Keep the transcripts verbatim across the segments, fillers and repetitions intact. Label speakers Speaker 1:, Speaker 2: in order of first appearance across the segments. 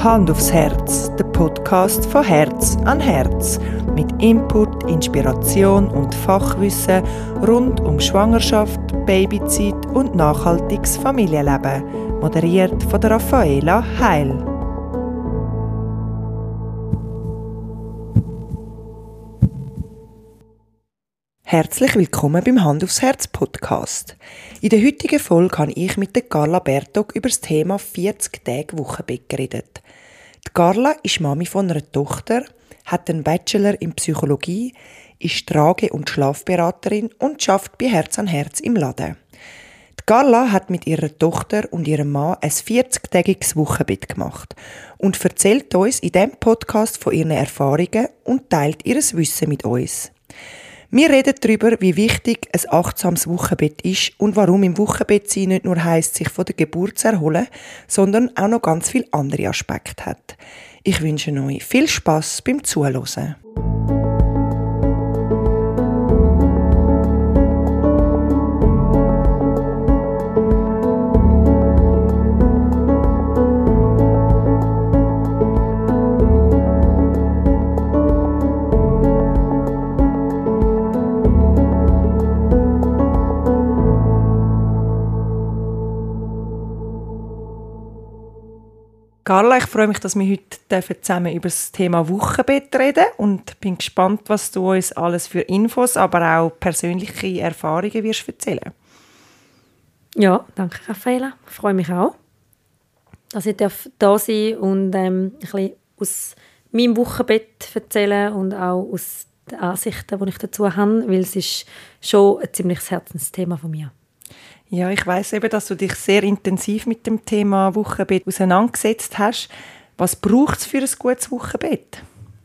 Speaker 1: Hand aufs Herz, der Podcast von Herz an Herz. Mit Input, Inspiration und Fachwissen rund um Schwangerschaft, Babyzeit und nachhaltiges Familienleben. Moderiert von der Raffaela Heil. Herzlich willkommen beim Hand aufs Herz Podcast. In der heutigen Folge habe ich mit der Carla Bertog über das Thema vierzig Tage Wochenbett geredet. Die Carla ist Mami von einer Tochter, hat einen Bachelor in Psychologie, ist Trage- und Schlafberaterin und arbeitet bei Herz an Herz im Laden. Die Carla hat mit ihrer Tochter und ihrem Mann ein vierzig-tägiges Wochenbett gemacht und erzählt uns in diesem Podcast von ihren Erfahrungen und teilt ihr Wissen mit uns. Wir reden darüber, wie wichtig ein achtsames Wochenbett ist und warum im Wochenbett sein nicht nur heisst, sich von der Geburt zu erholen, sondern auch noch ganz viele andere Aspekte hat. Ich wünsche euch viel Spass beim Zuhören. Carla, ich freue mich, dass wir heute zusammen über das Thema Wochenbett reden und bin gespannt, was du uns alles für Infos, aber auch persönliche Erfahrungen wirst erzählen.
Speaker 2: Ja, danke Raffaela. Ich freue mich auch, dass ich da sein darf und ähm, ein bisschen aus meinem Wochenbett erzählen und auch aus den Ansichten, die ich dazu habe, weil es ist schon ein ziemliches Herzensthema von mir.
Speaker 1: Ja, ich weiss eben, dass du dich sehr intensiv mit dem Thema Wochenbett auseinandergesetzt hast. Was braucht es für ein gutes Wochenbett?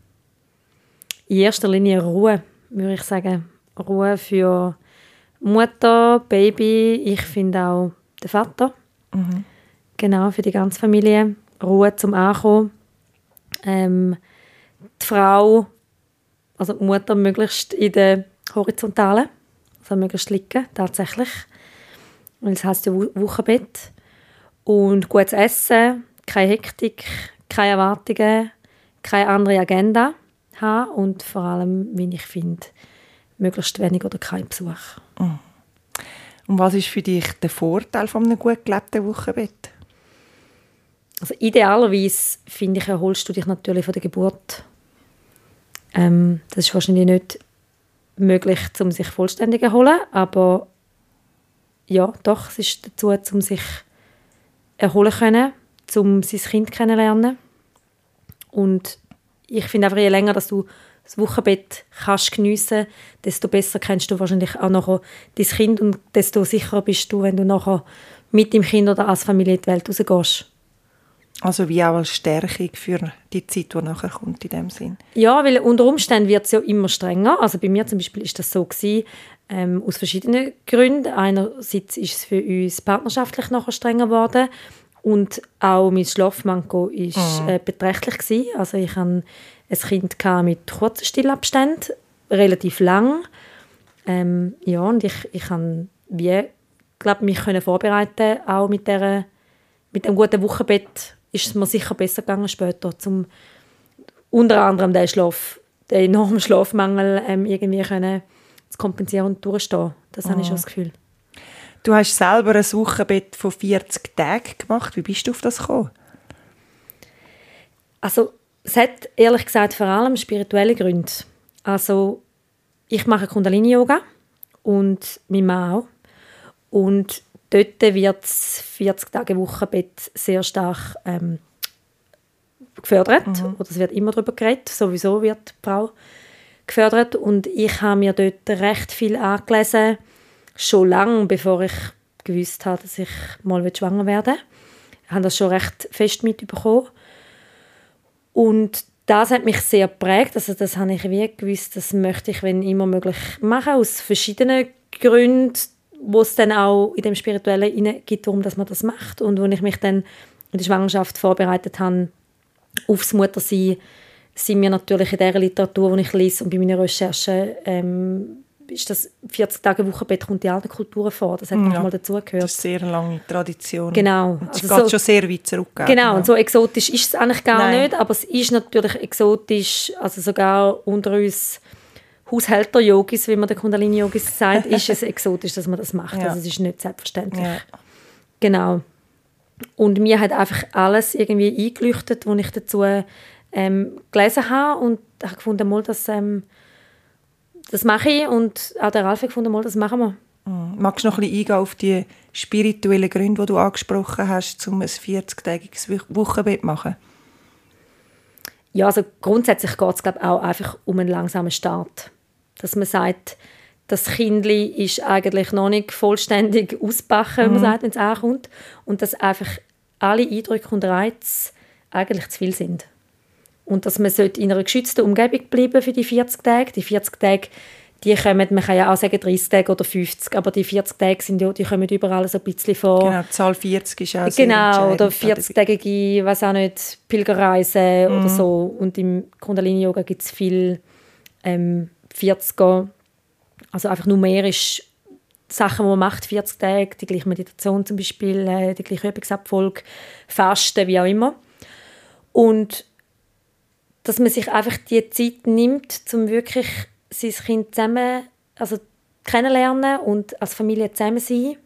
Speaker 2: In erster Linie Ruhe, würde ich sagen. Ruhe für Mutter, Baby, ich finde auch den Vater. Mhm. Genau, für die ganze Familie. Ruhe zum Ankommen. Ähm, die Frau, also die Mutter, möglichst in der Horizontalen, also möglichst liegen, tatsächlich. Weil es heisst ja Wochenbett. Und gutes Essen, keine Hektik, keine Erwartungen, keine andere Agenda haben und vor allem, wie ich finde, möglichst wenig oder kein Besuch.
Speaker 1: Und was ist für dich der Vorteil von einem gut gelebten Wochenbett?
Speaker 2: Also idealerweise, finde ich, erholst du dich natürlich von der Geburt. Ähm, das ist wahrscheinlich nicht möglich, um sich vollständig zu erholen, aber ja, doch, es ist dazu, um sich erholen können, um sein Kind kennenzulernen. Und ich finde einfach, je länger dass du das Wochenbett kannst geniessen, desto besser kennst du wahrscheinlich auch nachher dein Kind und desto sicherer bist du, wenn du nachher mit dem Kind oder als Familie in die Welt rausgehst.
Speaker 1: Also wie auch als Stärkung für die Zeit, die nachher kommt in dem Sinn.
Speaker 2: Ja, weil unter Umständen wird es ja immer strenger. Also bei mir zum Beispiel ist das so gewesen, ähm, aus verschiedenen Gründen. Einerseits ist es für uns partnerschaftlich nachher strenger geworden und auch mein Schlafmanko war mhm. äh, beträchtlich gewesen. Also ich hatte ein Kind mit kurzen Stillabständen, relativ lang. Ähm, ja, und ich, ich kann wie, glaub, mich können vorbereiten, auch mit, der, mit einem guten Wochenbett ist es mir sicher besser gegangen später, um unter anderem den Schlaf, den enormen Schlafmangel ähm, irgendwie können zu kompensieren und durchstehen. Das oh. habe ich schon das Gefühl.
Speaker 1: Du hast selber ein Wochenbett von vierzig Tagen gemacht. Wie bist du auf das gekommen?
Speaker 2: Also, es hat ehrlich gesagt vor allem spirituelle Gründe. Also, ich mache Kundalini-Yoga und mein Mann auch. Und dort wird das vierzig Tage Wochenbett sehr stark ähm, gefördert. Mhm. Oder es wird immer darüber geredet. Sowieso wird die Frau gefördert. Und ich habe mir dort recht viel angelesen, schon lange, bevor ich gewusst habe, dass ich mal schwanger werden will. Ich habe das schon recht fest mitbekommen. Und das hat mich sehr geprägt. Also das habe ich wie gewusst, das möchte ich, wenn immer möglich, machen, aus verschiedenen Gründen, wo es dann auch in dem Spirituellen gibt, warum man das macht. Und als ich mich dann in der Schwangerschaft vorbereitet habe, aufs Muttersein, sind mir natürlich in der Literatur, die ich lese und bei meinen Recherchen ähm, ist das vierzig Tage Wochenbett kommt in allen Kulturen vor. Das hat
Speaker 1: ja,
Speaker 2: mal dazugehört.
Speaker 1: Das ist eine sehr lange Tradition.
Speaker 2: Genau.
Speaker 1: Es
Speaker 2: also
Speaker 1: geht
Speaker 2: so,
Speaker 1: schon sehr weit zurück.
Speaker 2: Genau,
Speaker 1: genau,
Speaker 2: und so exotisch ist es eigentlich gar
Speaker 1: Nein.
Speaker 2: nicht, aber es ist natürlich exotisch, also sogar unter uns Haushälter-Yogis, wie man den Kundalini-Yogis sagt, ist es exotisch, dass man das macht.
Speaker 1: Ja.
Speaker 2: Also es ist nicht selbstverständlich.
Speaker 1: Ja.
Speaker 2: Genau. Und mir hat einfach alles irgendwie eingeleuchtet, was ich dazu ähm, gelesen habe und habe gefunden, mal, das, ähm, das mache ich und auch der Ralf hat gefunden, mal, das machen wir.
Speaker 1: Mhm. Magst du noch ein bisschen eingehen auf die spirituellen Gründe, die du angesprochen hast, um ein vierzig-tägiges Wochenbett zu machen?
Speaker 2: Ja, also grundsätzlich geht es, glaube ich, auch einfach um einen langsamen Start. Dass man sagt, das Kindli ist eigentlich noch nicht vollständig ausgebacken, wenn man sagt, wenn es ankommt. Und dass einfach alle Eindrücke und Reize eigentlich zu viel sind. Und dass man in einer geschützten Umgebung bleiben für die vierzig Tage. Die vierzig Tage, die kommen, man kann ja auch sagen dreißig Tage oder fünfzig, aber die vierzig Tage sind ja, die kommen überall so ein bisschen vor.
Speaker 1: Genau, die Zahl vierzig ist auch sehr
Speaker 2: Genau, oder vierzig-tägige, weiß auch nicht, Pilgerreisen mm. oder so. Und im Kundalini-Yoga gibt es viel ähm, vierziger, also einfach numerisch Sachen, die man macht, vierzig Tage, die gleiche Meditation zum Beispiel, äh, die gleiche Übungsabfolge, Fasten, wie auch immer. Und dass man sich einfach die Zeit nimmt, um wirklich sein Kind zusammen, also kennenlernen und als Familie zusammen sein.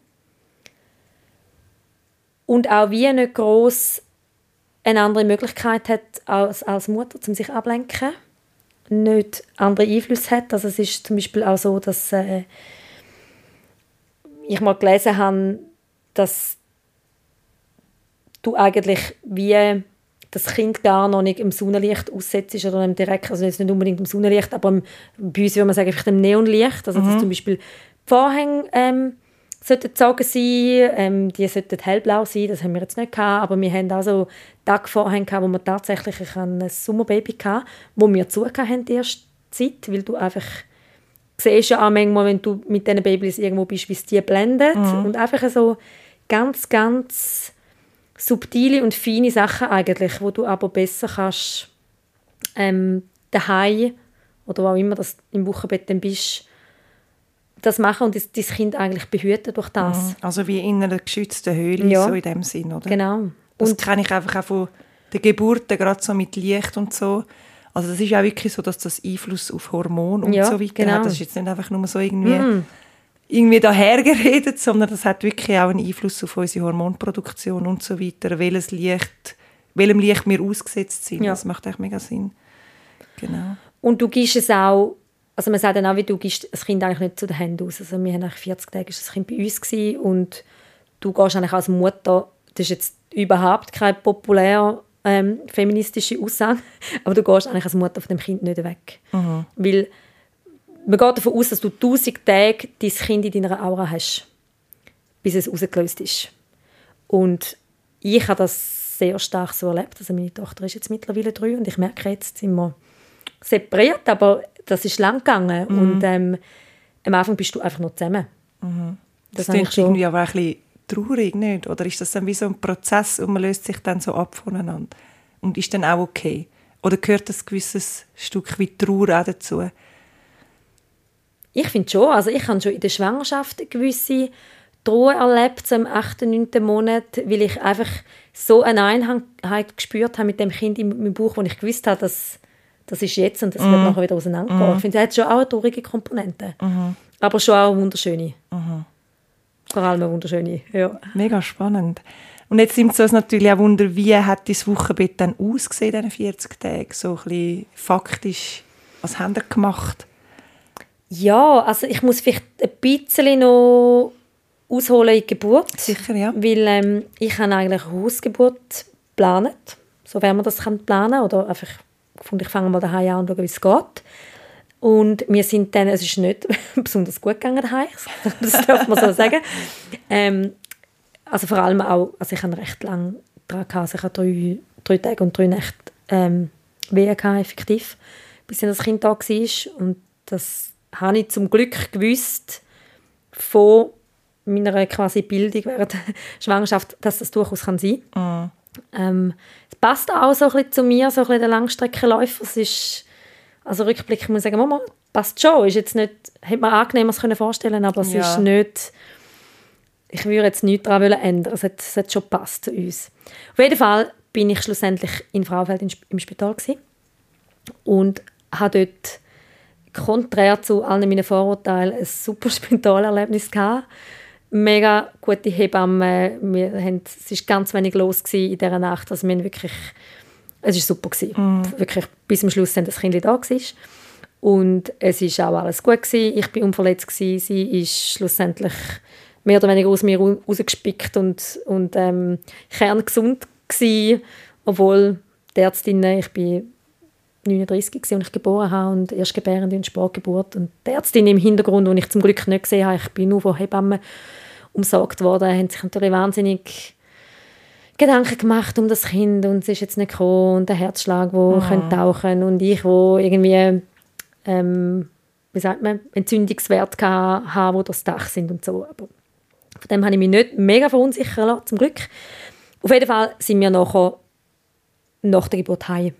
Speaker 2: Und auch wie nicht gross eine andere Möglichkeit hat als, als Mutter, um sich ablenken. Nicht andere Einflüsse hat. Also es ist zum Beispiel auch so, dass äh, ich mal gelesen habe, dass du eigentlich wie das Kind gar noch nicht im Sonnenlicht aussetzt oder im direkt, also jetzt nicht unbedingt im Sonnenlicht, aber im, bei uns würde man sagen, einfach im Neonlicht. Also mhm. dass zum Beispiel die Vorhänge ähm, sollten gezogen sein, ähm, die sollten hellblau sein, das haben wir jetzt nicht gehabt, aber wir haben auch so Tagvorhänge gehabt, wo wir tatsächlich ein Sommerbaby hatten, wo wir zugehört haben die erste Zeit, weil du einfach siehst ja auch manchmal, wenn du mit diesen Babys irgendwo bist, wie es die blendet mhm. und einfach so ganz, ganz subtile und feine Sachen eigentlich, wo du aber besser kannst ähm, daheim oder wo auch immer das im Wochenbett dann bist, das machen und dein Kind eigentlich behüten durch das.
Speaker 1: Also wie in einer geschützten Höhle, ja. So in dem Sinn, oder?
Speaker 2: Genau.
Speaker 1: Das
Speaker 2: und
Speaker 1: kenne ich einfach auch von der Geburt, gerade so mit Licht und so. Also das ist auch wirklich so, dass das Einfluss auf Hormone und
Speaker 2: ja,
Speaker 1: so weiter
Speaker 2: genau.
Speaker 1: hat. Das ist jetzt nicht einfach nur so irgendwie,
Speaker 2: mm.
Speaker 1: irgendwie dahergeredet, sondern das hat wirklich auch einen Einfluss auf unsere Hormonproduktion und so weiter. Welches Licht, welchem Licht wir ausgesetzt sind. Ja. Das macht echt mega Sinn. Genau.
Speaker 2: Und du gibst es auch, also man sagt dann auch, wie du gibst das Kind eigentlich nicht zu den Händen aus. Also wir haben eigentlich vierzig Tage ist das Kind bei uns gewesen, und du gehst eigentlich als Mutter, das ist jetzt überhaupt keine populär ähm, feministische Aussage, aber du gehst eigentlich als Mutter von dem Kind nicht weg. Mhm. Weil man geht davon aus, dass du tausend Tage dein Kind in deiner Aura hast, bis es rausgelöst ist. Und ich habe das sehr stark so erlebt. Also meine Tochter ist jetzt mittlerweile drei und ich merke, jetzt sind wir separiert, aber das ist lang gegangen. Mhm. Und ähm, am Anfang bist du einfach noch zusammen.
Speaker 1: Mhm. Das, das klingt irgendwie aber auch ein bisschen traurig, nicht? Oder ist das dann wie so ein Prozess und man löst sich dann so ab voneinander? Und ist dann auch okay? Oder gehört das ein gewisses Stück wie Trauer auch dazu?
Speaker 2: Ich finde schon. Also ich habe schon in der Schwangerschaft eine gewisse Trauer erlebt, so im achten, neunten Monat, weil ich einfach so eine Einheit gespürt habe mit dem Kind in meinem Bauch, wo ich gewusst habe, dass das ist jetzt und das mm. wird nachher wieder auseinandergehen. Mm. Ich finde, es hat schon auch eine traurige Komponente. Mm. Aber schon auch eine wunderschöne. Mm. Vor allem eine wunderschöne, ja.
Speaker 1: Mega spannend. Und jetzt nimmt es uns natürlich auch Wunder, wie hat dein Wochenbett dann ausgesehen, diese vierzig Tage? So ein bisschen faktisch, was haben ihr gemacht?
Speaker 2: Ja, also ich muss vielleicht ein bisschen noch ausholen in die Geburt.
Speaker 1: Sicher, ja.
Speaker 2: Weil ähm, ich habe eigentlich eine Hausgeburt geplant, so wie man das planen kann. Oder einfach gefunden, ich fange mal daheim an und schaue, wie es geht. Und wir sind dann, es ist nicht besonders gut gegangen daheim, das darf man so sagen. Ähm, also vor allem auch, also ich habe recht lange daran gehabt, also ich hatte drei, drei Tage und drei Nächte ähm, Wehen gehabt, effektiv, bis das Kind da war. Und das habe ich zum Glück gewusst von meiner quasi Bildung während der Schwangerschaft, dass das durchaus kann sein kann. Mm. Ähm, es passt auch so ein bisschen zu mir, so ein bisschen der Langstreckenläufer. Es ist Also rückblickend muss ich sagen, Mama, passt schon. Ist jetzt nicht, hätte man angenehmer können vorstellen, aber es ja. ist nicht, ich würde jetzt nichts daran ändern. Es hat, es hat schon gepasst zu uns. Auf jeden Fall bin ich schlussendlich in Frauenfeld im Spital gewesen und habe dort konträr zu allen meinen Vorurteilen ein super Spitalerlebnis gehabt. Mega gute Hebammen. Wir haben, es war ganz wenig los in dieser Nacht. Also wir haben wirklich, es war super gewesen. Mm. Wirklich bis zum Schluss, wenn das Kind da war. Und es war auch alles gut gewesen. Ich war unverletzt gewesen. Sie ist schlussendlich mehr oder weniger aus mir rausgespickt und, und ähm, kerngesund gewesen. Obwohl die Ärztinnen, ich bin neununddreißig als ich geboren habe und Erstgebärende und Sportgeburt. Und die Ärztin im Hintergrund, die ich zum Glück nicht gesehen habe, ich bin nur von Hebammen umsorgt worden, haben sich natürlich wahnsinnig Gedanken gemacht um das Kind und es ist jetzt nicht gekommen und der Herzschlag, der mhm. könnte tauchen und ich, wo irgendwie ähm, wie sagt man, Entzündungswerte haben, die das Dach sind und so. Aber von dem habe ich mich nicht mega verunsichern lassen, zum Glück. Auf jeden Fall sind wir nachher nach der Geburt heim.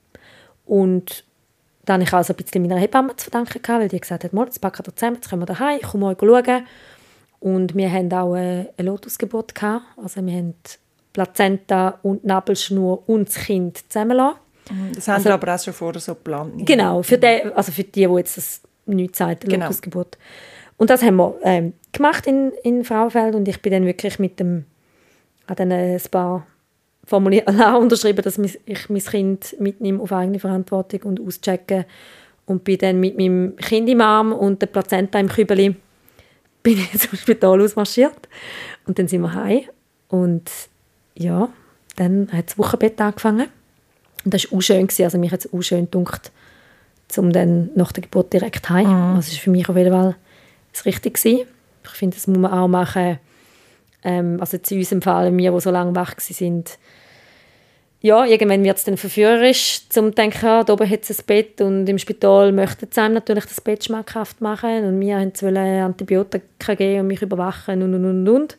Speaker 2: Und dann hatte ich also ein bisschen meiner Hebamme zu verdanken, weil die gesagt hat, mal, jetzt packen wir zusammen, jetzt können wir daheim, ich komme mal schauen. Und wir hatten auch eine Lotusgeburt. Also wir haben Plazenta und Nabelschnur und das Kind zusammengelassen.
Speaker 1: Das haben also, wir aber auch schon vorher so geplant.
Speaker 2: Genau, für die, also für die, die jetzt das nicht sagen,
Speaker 1: genau.
Speaker 2: Lotusgeburt. Und das haben wir ähm, gemacht in, in Frauenfeld und ich bin dann wirklich mit dem, an dann ein paar Formulare unterschrieben, dass ich mein Kind mitnehme auf eigene Verantwortung und auschecke und bin dann mit meinem Kind im Arm und der Plazenta im Kübeli bin ich zum Spital ausmarschiert und dann sind wir heim und ja, dann hat das Wochenbett angefangen und das war auch schön, also mich hat es auch schön gedacht, um dann nach der Geburt direkt heim. Mhm. Das war für mich auf jeden Fall das Richtige. Ich finde, das muss man auch machen, ähm, also in unserem Fall, wir, die so lange wach sind. Ja, irgendwann wird es dann verführerisch, um zu denken, ah, da oben hat es ein Bett und im Spital möchten sie einem natürlich das Bett schmackhaft machen und wir wollten Antibiotika geben und mich überwachen und, und, und, und.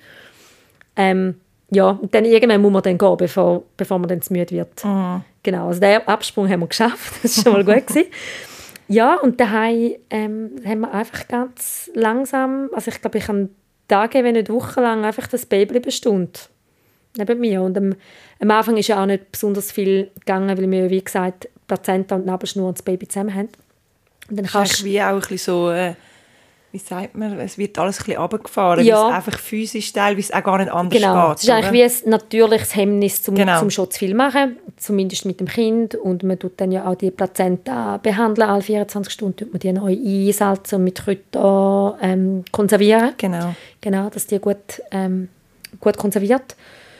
Speaker 2: Ähm, ja, und dann irgendwann muss man dann gehen, bevor, bevor man dann zu müde wird. Mhm. Genau, also den Absprung haben wir geschafft, das war schon mal gut gewesen. Ja, und daheim ähm, haben wir einfach ganz langsam, also ich glaube, ich habe Tage, wenn nicht wochenlang, einfach das Baby bestimmt. Neben mir. Und am, am Anfang ist ja auch nicht besonders viel gegangen, weil wir, wie gesagt, Plazenta und Nabelschnur und das Baby zusammen haben. Und dann
Speaker 1: kannst du wie auch ein bisschen so, äh, wie sagt man, es wird alles ein bisschen runtergefahren,
Speaker 2: ja.
Speaker 1: weil es einfach physisch teilweise auch gar nicht anders
Speaker 2: genau.
Speaker 1: geht.
Speaker 2: Es ist eigentlich wie ein natürliches Hemmnis, zum,
Speaker 1: genau.
Speaker 2: zum schon zu viel machen, zumindest mit dem Kind. Und man tut dann ja auch die Plazenta behandeln, alle vierundzwanzig Stunden tut man die neu einsalzen und mit Kräutern ähm, konservieren.
Speaker 1: Genau.
Speaker 2: Genau, dass die gut, ähm, gut konserviert.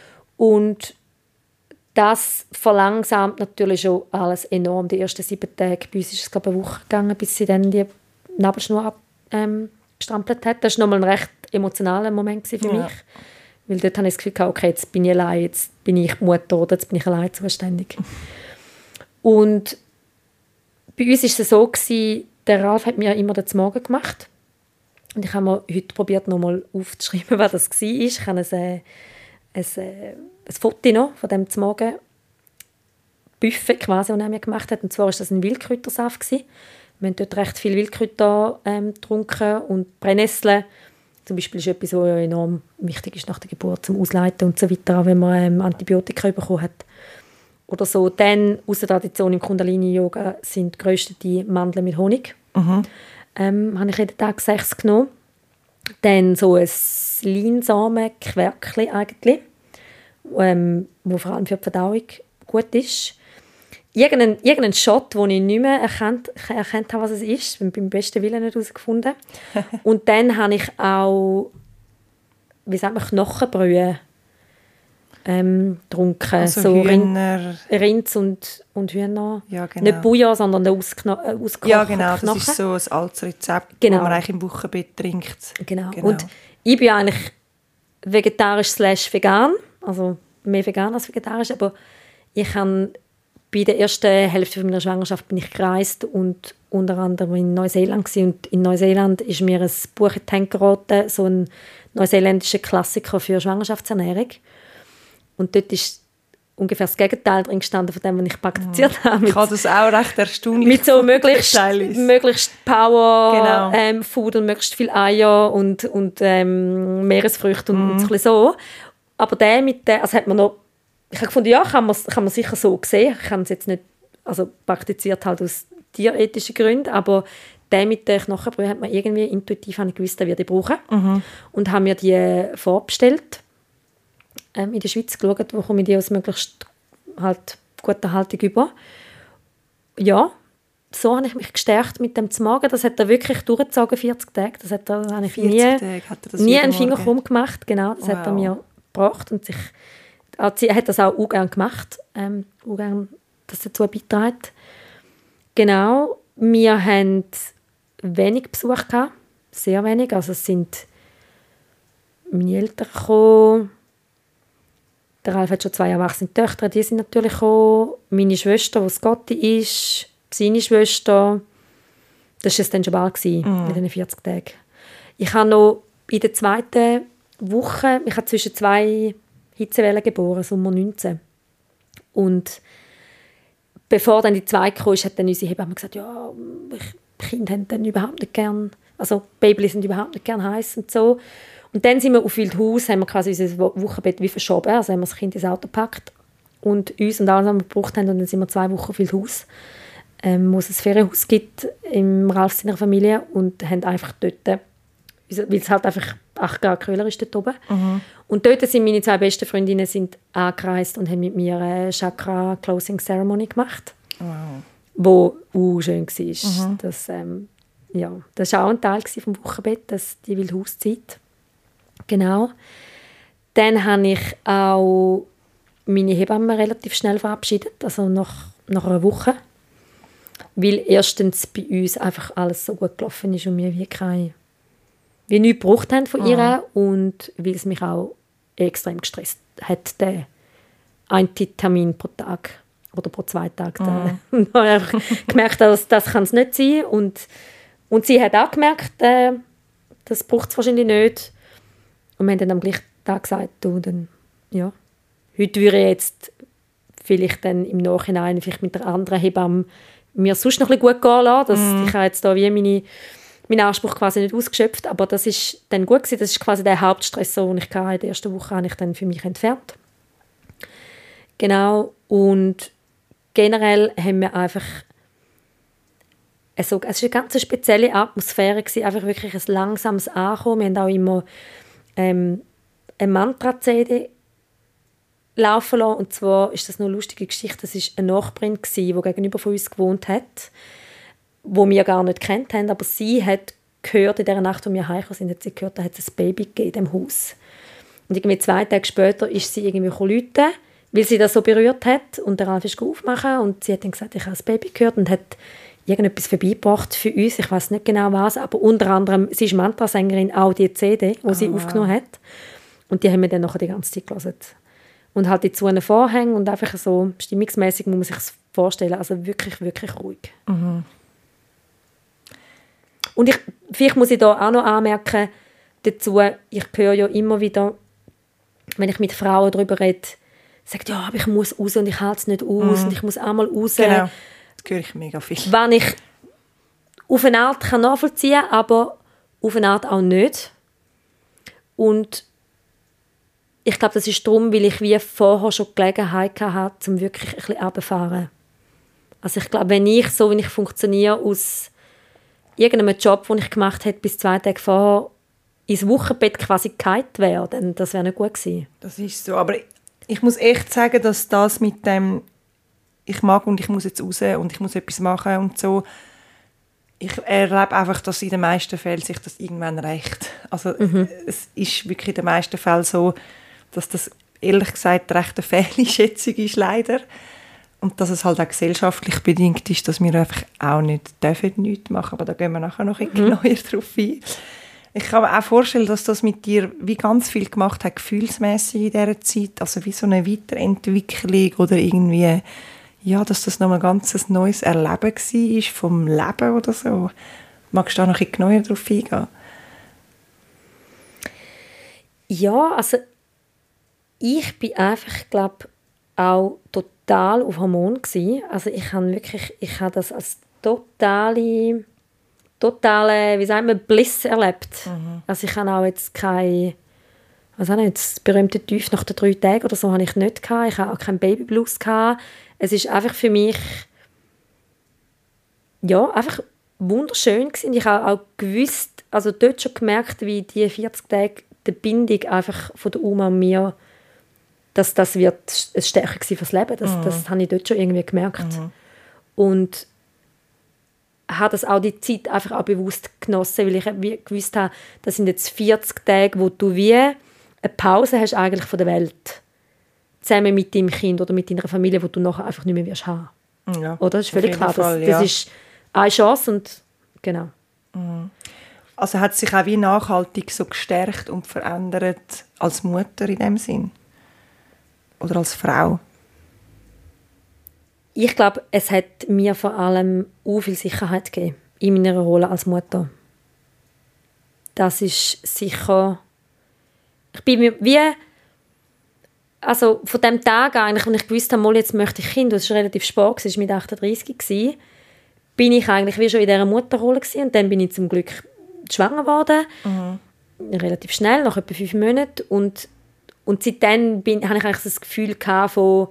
Speaker 2: Und das verlangsamt natürlich schon alles enorm. Die ersten sieben Tage, bei uns ist es glaube ich eine Woche gegangen, bis sie dann die Nabelschnur abgestrampelt ähm, hat. Das war nochmal ein recht emotionaler Moment für
Speaker 1: ja.
Speaker 2: mich. Weil dort habe ich das Gefühl gehabt, okay, jetzt bin ich allein, jetzt bin ich Mutter oder jetzt bin ich allein zuständig. Und bei uns war es so gewesen, der Ralf hat mir immer den Morgen gemacht. Und ich habe mir heute probiert, nochmal aufzuschreiben, was das war. Ich habe ein Ein, ein Foto noch von dem Morgen Buffet quasi, das er mir gemacht hat. Und zwar war das ein Wildkräutersaft gewesen. Wir haben dort recht viel Wildkräuter ähm, getrunken und Brennnesseln. Zum Beispiel ist etwas, was enorm wichtig ist nach der Geburt, zum Ausleiten und so weiter, auch wenn man ähm, Antibiotika bekommen hat. Oder so. Dann, aus der Tradition im Kundalini-Yoga, sind geröstete Mandeln mit Honig. Mhm. Ähm, habe ich jeden Tag sechs genommen. Dann so ein Leinsamen-Querkli eigentlich, ähm, wo vor allem für die Verdauung gut ist. Irgendein, irgendein Shot, den ich nicht mehr erkannt, erkannt habe, was es ist. Ich habe beim besten Willen nicht herausgefunden. Und dann habe ich auch, wie sagt man, Knochenbrühe ähm, getrunken.
Speaker 1: Also
Speaker 2: so
Speaker 1: Hühner...
Speaker 2: Rinds und, und Hühner.
Speaker 1: Ja, genau.
Speaker 2: Nicht Bouillon, sondern der ausgekochten Knochen.
Speaker 1: Ja, genau. Das ist so ein altes Rezept,
Speaker 2: genau.
Speaker 1: das man eigentlich im Wochenbett trinkt.
Speaker 2: Genau. genau. Und ich bin eigentlich vegetarisch slash vegan, also mehr vegan als vegetarisch, aber ich habe bei der ersten Hälfte meiner Schwangerschaft bin ich gereist und unter anderem in Neuseeland gewesen. Und in Neuseeland ist mir ein Buch in die Hände geraten, so ein neuseeländischer Klassiker für Schwangerschaftsernährung. Und dort ist ungefähr das Gegenteil drin gestanden von dem, was ich praktiziert
Speaker 1: mhm.
Speaker 2: habe.
Speaker 1: Ich habe das auch recht erstaunlich.
Speaker 2: Mit so möglichst, möglichst Power
Speaker 1: genau.
Speaker 2: ähm, Food und möglichst viel Eier und, und ähm, Meeresfrüchte und, mhm. und so, ein bisschen so. Aber der mit der, also hat man noch, ich habe gefunden, ja, kann man, kann man sicher so sehen. Ich habe es jetzt nicht, also praktiziert halt aus tierethischen Gründen, aber der mit den Knochenbrühen hat man irgendwie intuitiv gewusst, den würde ich brauchen. Mhm. Und haben mir die vorbestellt. Ähm, in der Schweiz geschaut, wo komme ich die aus möglichst halt guter Haltung über. Ja, so habe ich mich gestärkt mit dem zu Morgen. Das hat er wirklich durchgezogen, vierzig Tage. Das hat er eigentlich nie, Tage hat er das nie einen Finger krumm gemacht. Genau, das wow. hat er mir gebracht. Und sich, er hat das auch auch gerne gemacht. Ähm, auch gerne das dazu beigetragen. Genau, wir hatten wenig Besuch gehabt. Sehr wenig. Also es sind meine Eltern gekommen. Der Ralf hat schon zwei erwachsene Töchter, die sind natürlich gekommen. Meine Schwester, die Scotty ist, seine Schwester. Das war es dann schon bald gewesen, mm. in diesen vierzig Tagen. Ich habe noch in der zweiten Woche, ich habe zwischen zwei Hitzewellen geboren, Sommer neunzehn. Und bevor dann die zweite kam, hat dann unsere Hebamme gesagt, ja, Kinder haben dann überhaupt nicht gern, also Babys sind überhaupt nicht gern heiß und so. Und dann sind wir auf Wildhaus, haben wir quasi unser Wochenbett wie verschoben, also haben wir das Kind ins Auto gepackt und uns und alles, was wir gebraucht haben, und dann sind wir zwei Wochen auf Wildhaus, ähm, wo es ein Ferienhaus gibt im Ralf seiner Familie, und haben einfach dort, weil es halt einfach acht Grad kühler ist dort oben. Mhm. Und dort sind meine zwei besten Freundinnen sind angereist und haben mit mir eine Chakra Closing Ceremony gemacht, wow. wo uh, schön war. Mhm. Das, ähm, ja, das war auch ein Teil vom Wochenbett, das, die Wildhauszeit. Genau. Dann habe ich auch meine Hebamme relativ schnell verabschiedet, also nach, nach einer Woche. Weil erstens bei uns einfach alles so gut gelaufen ist und wir wie keine, wie nichts gebraucht haben von ihr. Mhm. Und weil es mich auch extrem gestresst hat, der einen Termin pro Tag oder pro zwei Tage. Mhm. Und dann habe ich gemerkt, dass das kann es nicht sein. Und, und sie hat auch gemerkt, äh, das braucht es wahrscheinlich nicht. Und wir haben dann am gleichen Tag gesagt, du, dann, ja, heute würde ich jetzt vielleicht dann im Nachhinein vielleicht mit der anderen Hebamme mir sonst noch ein bisschen gut gehen lassen. Das, mm. Ich habe jetzt da wie meine, meinen Anspruch quasi nicht ausgeschöpft, aber das ist dann gut gewesen. Das ist quasi der Hauptstress, den ich hatte. In der ersten Woche habe ich dann für mich entfernt. Genau, und generell haben wir einfach also, es war eine ganz spezielle Atmosphäre, einfach wirklich ein langsames Ankommen. Wir haben auch immer ähm, eine Mantra-C D laufen lassen. Und zwar ist das noch eine lustige Geschichte. Das war eine Nachbarin, die gegenüber von uns gewohnt hat, die wir gar nicht kennt haben. Aber sie hat gehört, in der Nacht, als wir heimgekommen sind, hat sie gehört, da hat es ein Baby gegeben in diesem Haus. Und irgendwie zwei Tage später ist sie irgendwie rufen, weil sie das so berührt hat. Und der Ralf ist aufmachen und sie hat dann gesagt, ich habe das Baby gehört, und hat irgendetwas vorbeigebracht für uns. Ich weiß nicht genau was, aber unter anderem, sie ist Mantrasängerin, auch die C D, die sie oh, aufgenommen wow. hat. Und die haben wir dann nachher die ganze Zeit gelesen. Und halt die zu einem Vorhängen und einfach so stimmungsmäßig muss man sich das vorstellen. Also wirklich, wirklich ruhig. Mhm. Und ich, vielleicht muss ich da auch noch anmerken, dazu, ich höre ja immer wieder, wenn ich mit Frauen darüber rede, sagt, ja, aber ich muss raus und ich halte es nicht aus mhm. und ich muss einmal raus.
Speaker 1: Genau, das höre ich mega viel.
Speaker 2: Wenn ich auf eine Art kann nachvollziehen kann, aber auf eine Art auch nicht. Und ich glaube, das ist darum, weil ich wie vorher schon Gelegenheit hatte, um wirklich ein bisschen runterzufahren. Also ich glaube, wenn ich so, wie ich funktioniere, aus irgendeinem Job, den ich gemacht habe, bis zwei Tage vorher ins Wochenbett quasi gehalten wäre, dann das wäre nicht gut gewesen.
Speaker 1: Das ist so, aber ich muss echt sagen, dass das mit dem ich mag und ich muss jetzt raus und ich muss etwas machen und so, ich erlebe einfach, dass in den meisten Fällen sich das irgendwann rächt. Also mhm. es ist wirklich in den meisten Fällen so, dass das ehrlich gesagt recht eine Fehleinschätzung ist, leider. Und dass es halt auch gesellschaftlich bedingt ist, dass wir einfach auch nicht dürfen, nichts machen. Aber da gehen wir nachher noch ein bisschen mhm. neuer drauf ein. Ich kann mir auch vorstellen, dass das mit dir wie ganz viel gemacht hat, gefühlsmässig in dieser Zeit. Also wie so eine Weiterentwicklung oder irgendwie, ja, dass das noch ein ganz neues Erleben war vom Leben oder so. Magst du da noch ein bisschen neuer drauf eingehen?
Speaker 2: Ja, also ich bin einfach, glaube auch total auf Hormon gewesen. Also ich habe wirklich, ich habe das als totale, totale, wie sagt man, Bliss erlebt. Mhm. Also ich habe auch jetzt keine, was auch nicht, das berühmte Tief nach den drei Tagen oder so habe ich nicht gehabt. Ich habe auch keinen Babyblues gehabt. Es ist einfach für mich, ja, einfach wunderschön gewesen. Ich habe auch gewusst, also dort schon gemerkt, wie die vierzig Tage die Bindung einfach von der Oma und mir, dass das wird ein Stärke sein fürs Leben. Das, mhm. das habe ich dort schon irgendwie gemerkt. Mhm. Und habe das auch die Zeit einfach auch bewusst genossen, weil ich wie gewusst habe, das sind jetzt vierzig Tage, wo du wie eine Pause hast eigentlich von der Welt. Zusammen mit deinem Kind oder mit deiner Familie, wo du nachher einfach nicht mehr wirst haben.
Speaker 1: Ja,
Speaker 2: oder? Das ist völlig klar.
Speaker 1: Fall,
Speaker 2: das,
Speaker 1: ja.
Speaker 2: das ist eine Chance und genau.
Speaker 1: Mhm. Also hat sich auch wie nachhaltig so gestärkt und verändert als Mutter in dem Sinn? Oder als Frau?
Speaker 2: Ich glaube, es hat mir vor allem auch viel Sicherheit gegeben in meiner Rolle als Mutter. Das ist sicher... Ich bin mir wie... Also von dem Tag eigentlich, als ich gewusst habe, mal, jetzt möchte ich Kind, das war relativ spät, das war mit achtunddreißig, bin ich eigentlich wie schon in dieser Mutterrolle gewesen. Und dann bin ich zum Glück schwanger geworden. Mhm. Relativ schnell, nach etwa fünf Monaten. Und, und seitdem bin, hatte ich eigentlich das Gefühl gehabt von,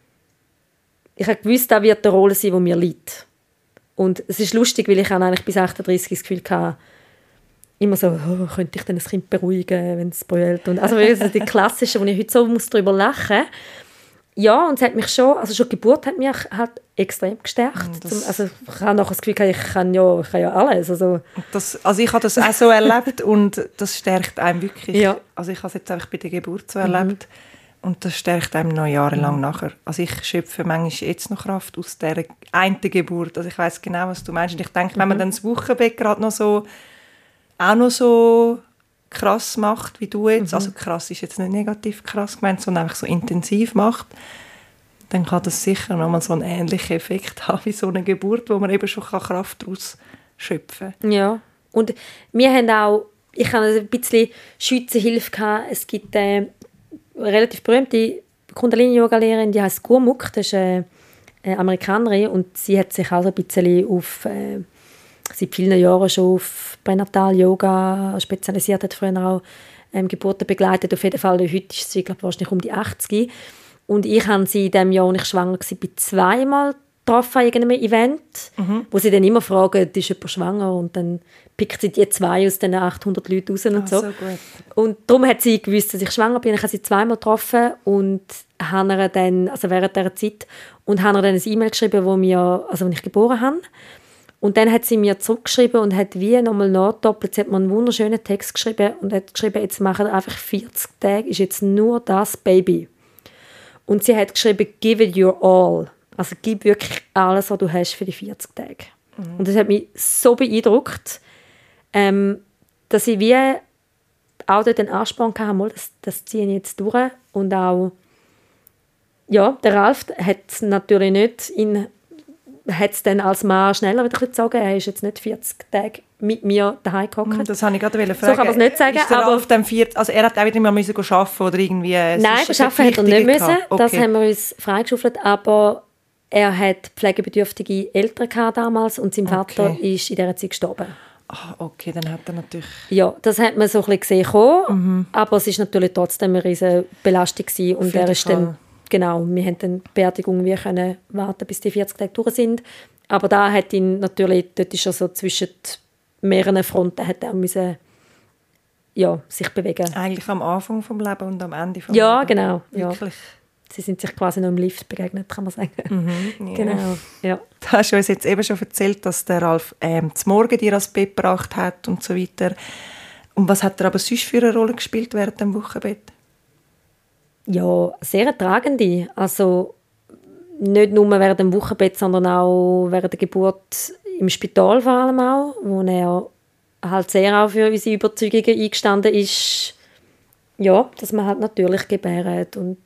Speaker 2: ich habe gewusst, das wird eine Rolle sein, die mir liegt. Und es ist lustig, weil ich eigentlich bis achtunddreißig das Gefühl hatte, immer so, oh, könnte ich denn das Kind beruhigen, wenn es brüllt. Und also die klassischen, wo ich heute so muss darüber lachen muss. Ja, und es hat mich schon, also schon die Geburt hat mich halt extrem gestärkt. Das, also ich habe nachher das Gefühl, ich kann ja, ich kann ja alles. Also,
Speaker 1: das, also ich habe das auch so erlebt und das stärkt einem wirklich.
Speaker 2: Ja.
Speaker 1: Also ich habe es jetzt einfach bei der Geburt so erlebt. Mhm. Und das stärkt einem noch jahrelang mhm. nachher. Also ich schöpfe manchmal jetzt noch Kraft aus dieser einen Geburt. Also ich weiss genau, was du meinst. Und ich denke, mhm. wenn man dann das Wochenbett gerade noch so auch noch so krass macht, wie du jetzt, mhm. also krass ist jetzt nicht negativ krass gemeint, sondern einfach so intensiv macht, dann kann das sicher nochmal so einen ähnlichen Effekt haben wie so eine Geburt, wo man eben schon Kraft daraus schöpfen kann.
Speaker 2: Ja, und wir haben auch, ich habe ein bisschen Schützenhilfe gehabt. Es gibt eine relativ berühmte Kundalini-Yoga-Lehrerin, die heißt Gurmukh, das ist eine Amerikanerin und sie hat sich also ein bisschen auf... Äh, seit vielen Jahren schon auf Pränatal-Yoga spezialisiert, hat früher auch ähm, Geburten begleitet. Auf jeden Fall, heute ist sie, glaube ich, wahrscheinlich um die achtzig. Und ich habe sie in dem Jahr, als ich schwanger war, bei zweimal getroffen an irgendeinem Event, mhm. wo sie dann immer fragen, ist jemand schwanger? Und dann pickt sie die zwei aus den achthundert Leuten raus und
Speaker 1: oh,
Speaker 2: so.
Speaker 1: so gut.
Speaker 2: Und darum hat sie gewusst, dass ich schwanger bin. Ich habe sie zweimal getroffen und habe ihr dann, also während dieser Zeit, und habe ihr dann ein E-Mail geschrieben, wo, wir, also wo ich geboren habe. Und dann hat sie mir zurückgeschrieben und hat wie nochmal nachgedoppelt. Sie hat mir einen wunderschönen Text geschrieben und hat geschrieben, jetzt machen wir einfach vierzig Tage, ist jetzt nur das Baby. Und sie hat geschrieben, give it your all. Also gib wirklich alles, was du hast für die vierzig Tage. Mhm. Und das hat mich so beeindruckt, ähm, dass ich wie auch dort den Ansporn hatte, das, das ziehe ich jetzt durch. Und auch, ja, der Ralf hat natürlich nicht in hat es dann als Mann schneller wieder gezogen. Er ist jetzt nicht vierzig Tage mit mir daheim gehockt.
Speaker 1: Das wollte ich gerade fragen.
Speaker 2: So kann man es nicht sagen.
Speaker 1: Ist aber auf dem vier, also er hat auch wieder mal müssen arbeiten oder irgendwie...
Speaker 2: Nein, arbeiten hat er nicht müssen. Okay. Das haben wir uns freigeschaufelt. Aber er hat pflegebedürftige Eltern gehabt damals und sein Vater okay. ist in dieser Zeit gestorben.
Speaker 1: Ah, okay, dann hat er natürlich...
Speaker 2: Ja, das hat man so ein bisschen gesehen. Mhm. Aber es war natürlich trotzdem eine riesige Belastung gewesen. Und er ist dann... Genau, wir haben dann die Beerdigung, wir können warten, bis die vierzig Tage durch sind. Aber da hat ihn natürlich, dort ist er so zwischen mehreren Fronten, hat er müssen, ja, sich bewegen.
Speaker 1: Eigentlich am Anfang vom Leben und am Ende vom
Speaker 2: ja,
Speaker 1: Leben.
Speaker 2: Genau,
Speaker 1: Wirklich.
Speaker 2: Ja. Sie sind sich quasi noch im Lift begegnet, kann man sagen.
Speaker 1: Mhm, ja.
Speaker 2: Genau, ja.
Speaker 1: Du hast uns jetzt eben schon erzählt, dass der Ralf ähm, zum Morgen dir ans Bett gebracht hat und so weiter. Und was hat er aber sonst für eine Rolle gespielt während dem Wochenbett?
Speaker 2: Ja, sehr tragende. Also nicht nur während dem Wochenbett, sondern auch während der Geburt im Spital vor allem auch, wo er halt sehr auch für unsere Überzeugungen eingestanden ist, ja, dass man halt natürlich gebärt und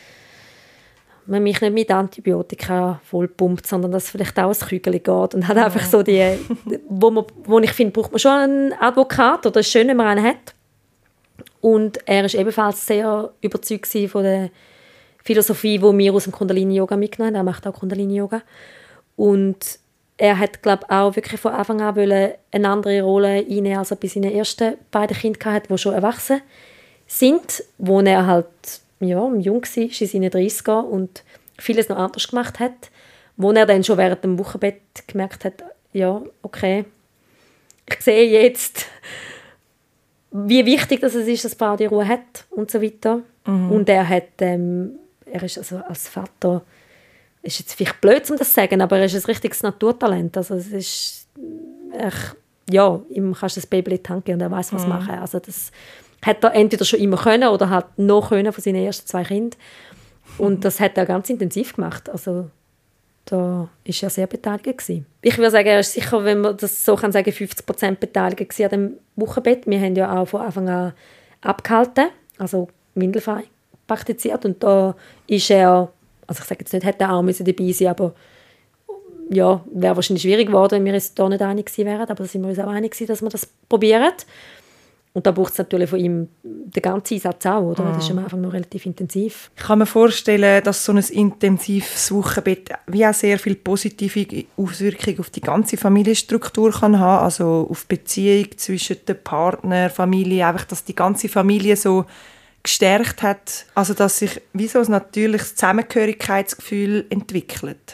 Speaker 2: man mich nicht mit Antibiotika vollpumpt, sondern dass vielleicht auch ein Kügel geht und hat einfach so die, wo, man, wo ich finde, braucht man schon einen Advokat oder es ist schön, wenn man einen hat. Und er war ebenfalls sehr überzeugt von der Philosophie, die wir aus dem Kundalini-Yoga mitgenommen haben. Er macht auch Kundalini-Yoga. Und er hat, glaube ich, auch wirklich von Anfang an eine andere Rolle einnehmen, als er bei seinen ersten beiden Kindern hatte, die schon erwachsen sind, wo er halt ja, jung war, in seinen dreißigern und vieles noch anders gemacht hat. Wo er dann schon während dem Wochenbett gemerkt hat, ja, okay, ich sehe jetzt, wie wichtig das ist, dass die Frau die Ruhe hat und so weiter. Mhm. Und er hat, ähm, er ist also als Vater, ist jetzt vielleicht blöd, um das zu sagen, aber er ist ein richtiges Naturtalent. Also es ist, er, ja, ihm kannst du das Baby in die Hand geben und er weiß, was mhm. machen. Also das hat er entweder schon immer können oder halt noch können von seinen ersten zwei Kindern. Und das hat er ganz intensiv gemacht. Also da war er sehr beteiligt gewesen. Ich würde sagen, er ist sicher, wenn man das so kann sagen, fünfzig Prozent beteiligt an dem Wochenbett. Wir haben ja auch von Anfang an abgehalten, also windelfrei praktiziert. Und da ist er, also ich sage jetzt nicht, hätte er auch müssen dabei sein, aber ja, wäre wahrscheinlich schwierig geworden, wenn wir uns da nicht einig gewesen wären. Aber da sind wir uns auch einig gewesen, dass wir das probieren. Und da braucht es natürlich von ihm den ganzen Einsatz auch, oder? Das ist am Anfang noch relativ intensiv.
Speaker 1: Ich kann mir vorstellen, dass so ein intensives Wochenbett wie auch sehr viel positive Auswirkungen auf die ganze Familienstruktur kann haben, also auf die Beziehung zwischen den Partner, Familie, einfach, dass die ganze Familie so gestärkt hat, also dass sich wie so ein natürliches Zusammengehörigkeitsgefühl entwickelt.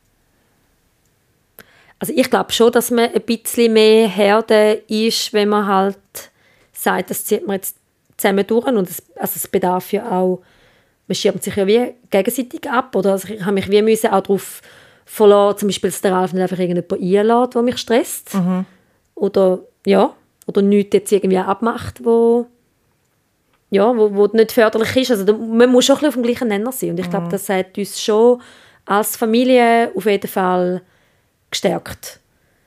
Speaker 2: Also ich glaube schon, dass man ein bisschen mehr Herde ist, wenn man halt sagt, das zieht man jetzt zusammen durch und es, also es bedarf ja auch, man schirmt sich ja wie gegenseitig ab, oder? Also ich habe mich wie müssen auch darauf verlassen, zum Beispiel, dass der Ralf nicht einfach irgendjemanden einlässt, der mich stresst, mhm. oder, ja, oder nichts jetzt irgendwie abmacht, wo, ja, wo, wo nicht förderlich ist. Also da, man muss schon ein bisschen auf dem gleichen Nenner sein und ich glaube, mhm. das hat uns schon als Familie auf jeden Fall gestärkt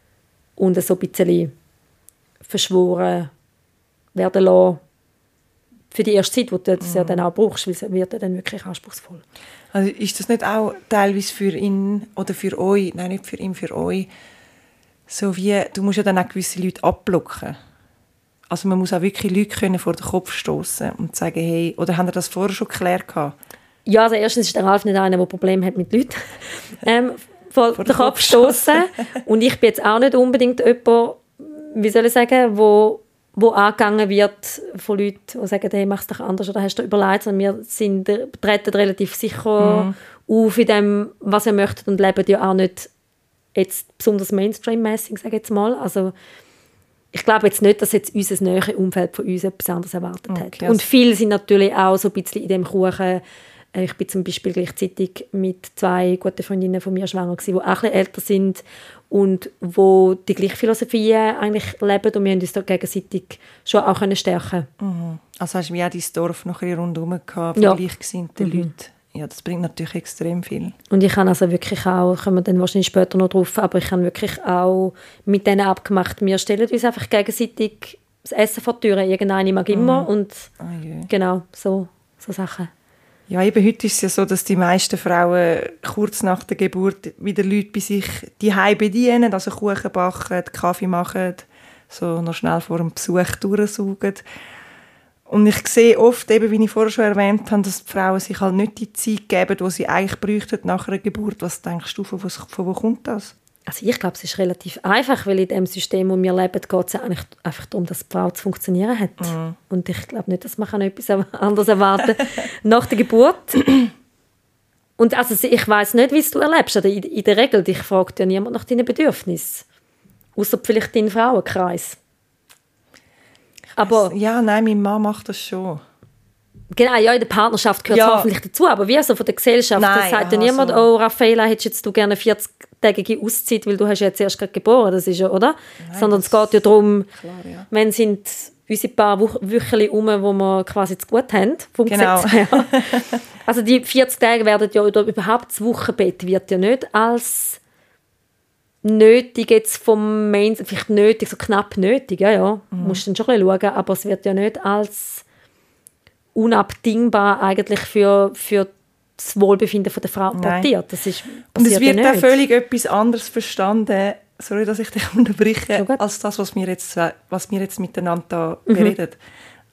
Speaker 2: und so ein bisschen verschworen werden lassen für die erste Zeit, wo du das mhm. ja dann auch brauchst, weil es wird ja dann wirklich anspruchsvoll.
Speaker 1: Also ist das nicht auch teilweise für ihn oder für euch, nein, nicht für ihn, für euch, so wie, du musst ja dann auch gewisse Leute abblocken. Also man muss auch wirklich Leute können vor den Kopf stoßen und sagen, hey, oder haben ihr das vorher schon geklärt gehabt?
Speaker 2: Ja, also erstens ist der Ralf nicht einer, der Probleme hat mit Leuten. ähm, vor, vor den Kopf stoßen. Und ich bin jetzt auch nicht unbedingt jemand, wie soll ich sagen, wo wo angegangen wird von Leuten, die sagen, hey, mach es doch anders oder hast du überlegt, sondern wir sind, treten relativ sicher mhm. auf in dem, was wir möchten und leben ja auch nicht jetzt besonders Mainstream-mässig, sage ich jetzt mal. Also ich glaube jetzt nicht, dass jetzt unser näheres Umfeld von uns etwas anderes erwartet okay, hat. Und viele sind natürlich auch so ein bisschen in dem Kuchen. Ich bin zum Beispiel gleichzeitig mit zwei guten Freundinnen von mir schwanger gewesen, die auch ein bisschen älter sind und wo die gleiche Philosophie eigentlich leben und wir haben uns da gegenseitig schon auch stärken können.
Speaker 1: Mhm. Also hast du wie auch dein Dorf noch ein rundherum gehabt, von
Speaker 2: ja.
Speaker 1: gleichgesinnten mhm. Leuten. Ja, das bringt natürlich extrem viel.
Speaker 2: Und ich habe also wirklich auch, kommen wir dann wahrscheinlich später noch drauf, aber ich habe wirklich auch mit denen abgemacht, wir stellen uns einfach gegenseitig das Essen vor die Tür, irgendeine mag immer mhm. und
Speaker 1: oh
Speaker 2: genau, so, so Sachen.
Speaker 1: Ja, eben heute ist es ja so, dass die meisten Frauen kurz nach der Geburt wieder Leute bei sich die Hause bedienen, also Kuchen backen, Kaffee machen, so noch schnell vor dem Besuch durchsaugen. Und ich sehe oft, eben, wie ich vorher schon erwähnt habe, dass die Frauen sich halt nicht die Zeit geben, die sie eigentlich bräuchten nach einer Geburt. Was denkst du, von, von wo kommt das?
Speaker 2: Also ich glaube, es ist relativ einfach, weil in dem System, wo wir leben, geht es eigentlich einfach darum, dass die Frau zu funktionieren hat. Mm. Und ich glaube nicht, dass man etwas anderes erwarten kann nach der Geburt. Und also ich weiss nicht, wie es du erlebst. Also in, in der Regel, dich fragt ja niemand nach deinen Bedürfnissen. Außer vielleicht deinen Frauenkreis.
Speaker 1: Aber ja, nein, meine Mama macht das schon.
Speaker 2: Genau, ja, in der Partnerschaft gehört es ja. hoffentlich dazu, aber wie also von der Gesellschaft,
Speaker 1: nein,
Speaker 2: das sagt ja
Speaker 1: aha,
Speaker 2: niemand,
Speaker 1: so.
Speaker 2: oh Raffaella, hättest jetzt du gerne eine vierzig-tägige Auszeit, weil du hast ja jetzt erst gerade geboren, das ist ja, oder? Nein, sondern es geht ja darum, klar, ja. wenn sind unsere paar Wöchchen um, wo wir quasi zu gut haben, vom
Speaker 1: genau.
Speaker 2: Gesetz her. Also die vierzig Tage werden ja, oder überhaupt das Wochenbett wird ja nicht als nötig jetzt vom Main, vielleicht nötig, so knapp nötig, ja, ja, mhm. musst du dann schon ein bisschen schauen, aber es wird ja nicht als unabdingbar eigentlich für, für das Wohlbefinden der Frau portiert. Das ist,
Speaker 1: und es wird ja auch völlig etwas anderes verstanden, sorry, dass ich dich unterbreche, als das, was wir jetzt, was wir jetzt miteinander mhm. bereden.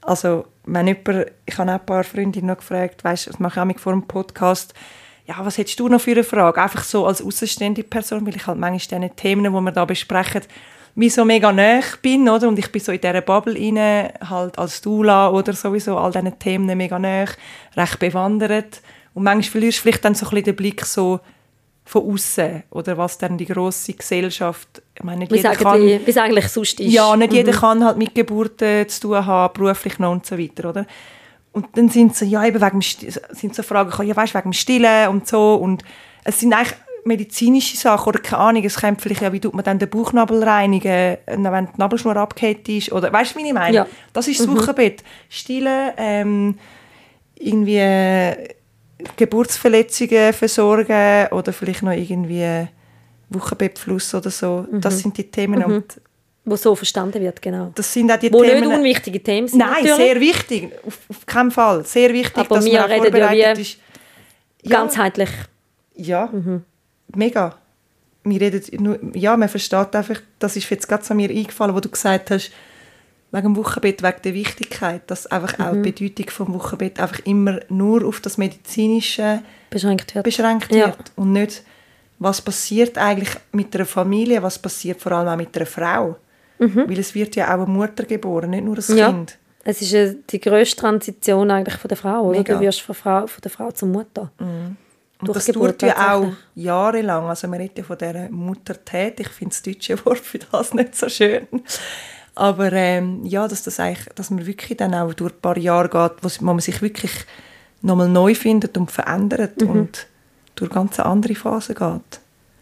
Speaker 1: Also, wenn jemand, ich habe auch ein paar Freundinnen noch gefragt, weißt, das mache ich auch vor dem Podcast, ja, was hättest du noch für eine Frage? Einfach so als außenstehende Person, weil ich halt manchmal diese Themen, die wir da besprechen, wie so mega nahe bin, oder? Und ich bin so in dieser Bubble rein, halt als Doula oder sowieso all diesen Themen mega nahe, recht bewandert. Und manchmal verlierst du vielleicht dann so ein bisschen den Blick so von außen oder was dann die grosse Gesellschaft, ich meine, nicht jeder kann,
Speaker 2: wie es eigentlich sonst ist.
Speaker 1: Ja, nicht
Speaker 2: mhm.
Speaker 1: jeder kann halt mit Geburten zu tun haben, beruflich noch und so weiter, oder? Und dann sind so, ja, eben wegen, sind so Fragen gekommen, ja, weißt, wegen dem Stillen und so. Und es sind eigentlich medizinische Sachen, oder keine Ahnung, es kommt vielleicht ja, wie tut man dann den Bauchnabel reinigen, wenn die Nabelschnur abgehakt ist, oder, weißt du, wie ich meine?
Speaker 2: Ja.
Speaker 1: Das ist das
Speaker 2: mhm.
Speaker 1: Wochenbett. Stillen, ähm, irgendwie äh, Geburtsverletzungen versorgen oder vielleicht noch irgendwie Wochenbettfluss oder so. Mhm. Das sind die Themen.
Speaker 2: Mhm.
Speaker 1: Und
Speaker 2: wo so verstanden wird, genau.
Speaker 1: Das sind auch die
Speaker 2: wo
Speaker 1: Themen,
Speaker 2: nicht unwichtige Themen sind.
Speaker 1: Nein,
Speaker 2: natürlich.
Speaker 1: sehr wichtig. Auf, auf keinen Fall. Sehr wichtig,
Speaker 2: aber
Speaker 1: dass
Speaker 2: wir
Speaker 1: man auch
Speaker 2: reden
Speaker 1: vorbereitet
Speaker 2: ja wie
Speaker 1: ist. Ja,
Speaker 2: ganzheitlich.
Speaker 1: Ja,
Speaker 2: mhm.
Speaker 1: mega. Wir reden nur, ja, man versteht einfach, das ist jetzt gerade so mir eingefallen, wo du gesagt hast, wegen dem Wochenbett, wegen der Wichtigkeit, dass einfach mhm. auch die Bedeutung vom Wochenbett einfach immer nur auf das Medizinische
Speaker 2: beschränkt wird.
Speaker 1: Beschränkt
Speaker 2: ja.
Speaker 1: wird. Und nicht, was passiert eigentlich mit einer Familie, was passiert vor allem auch mit einer Frau. Mhm. Weil es wird ja auch eine Mutter geboren, nicht nur ein
Speaker 2: ja.
Speaker 1: Kind.
Speaker 2: Es ist eine, die grösste Transition eigentlich von der Frau. Oder? Du wirst von, Frau, von der Frau zur Mutter.
Speaker 1: Mhm. Und das dauert ja auch jahrelang. Also man redet ja von dieser Muttertät. Ich finde das deutsche Wort für das nicht so schön. Aber ähm, ja, dass, das eigentlich, dass man wirklich dann auch durch ein paar Jahre geht, wo man sich wirklich nochmal neu findet und verändert mhm. und durch ganz andere Phasen geht.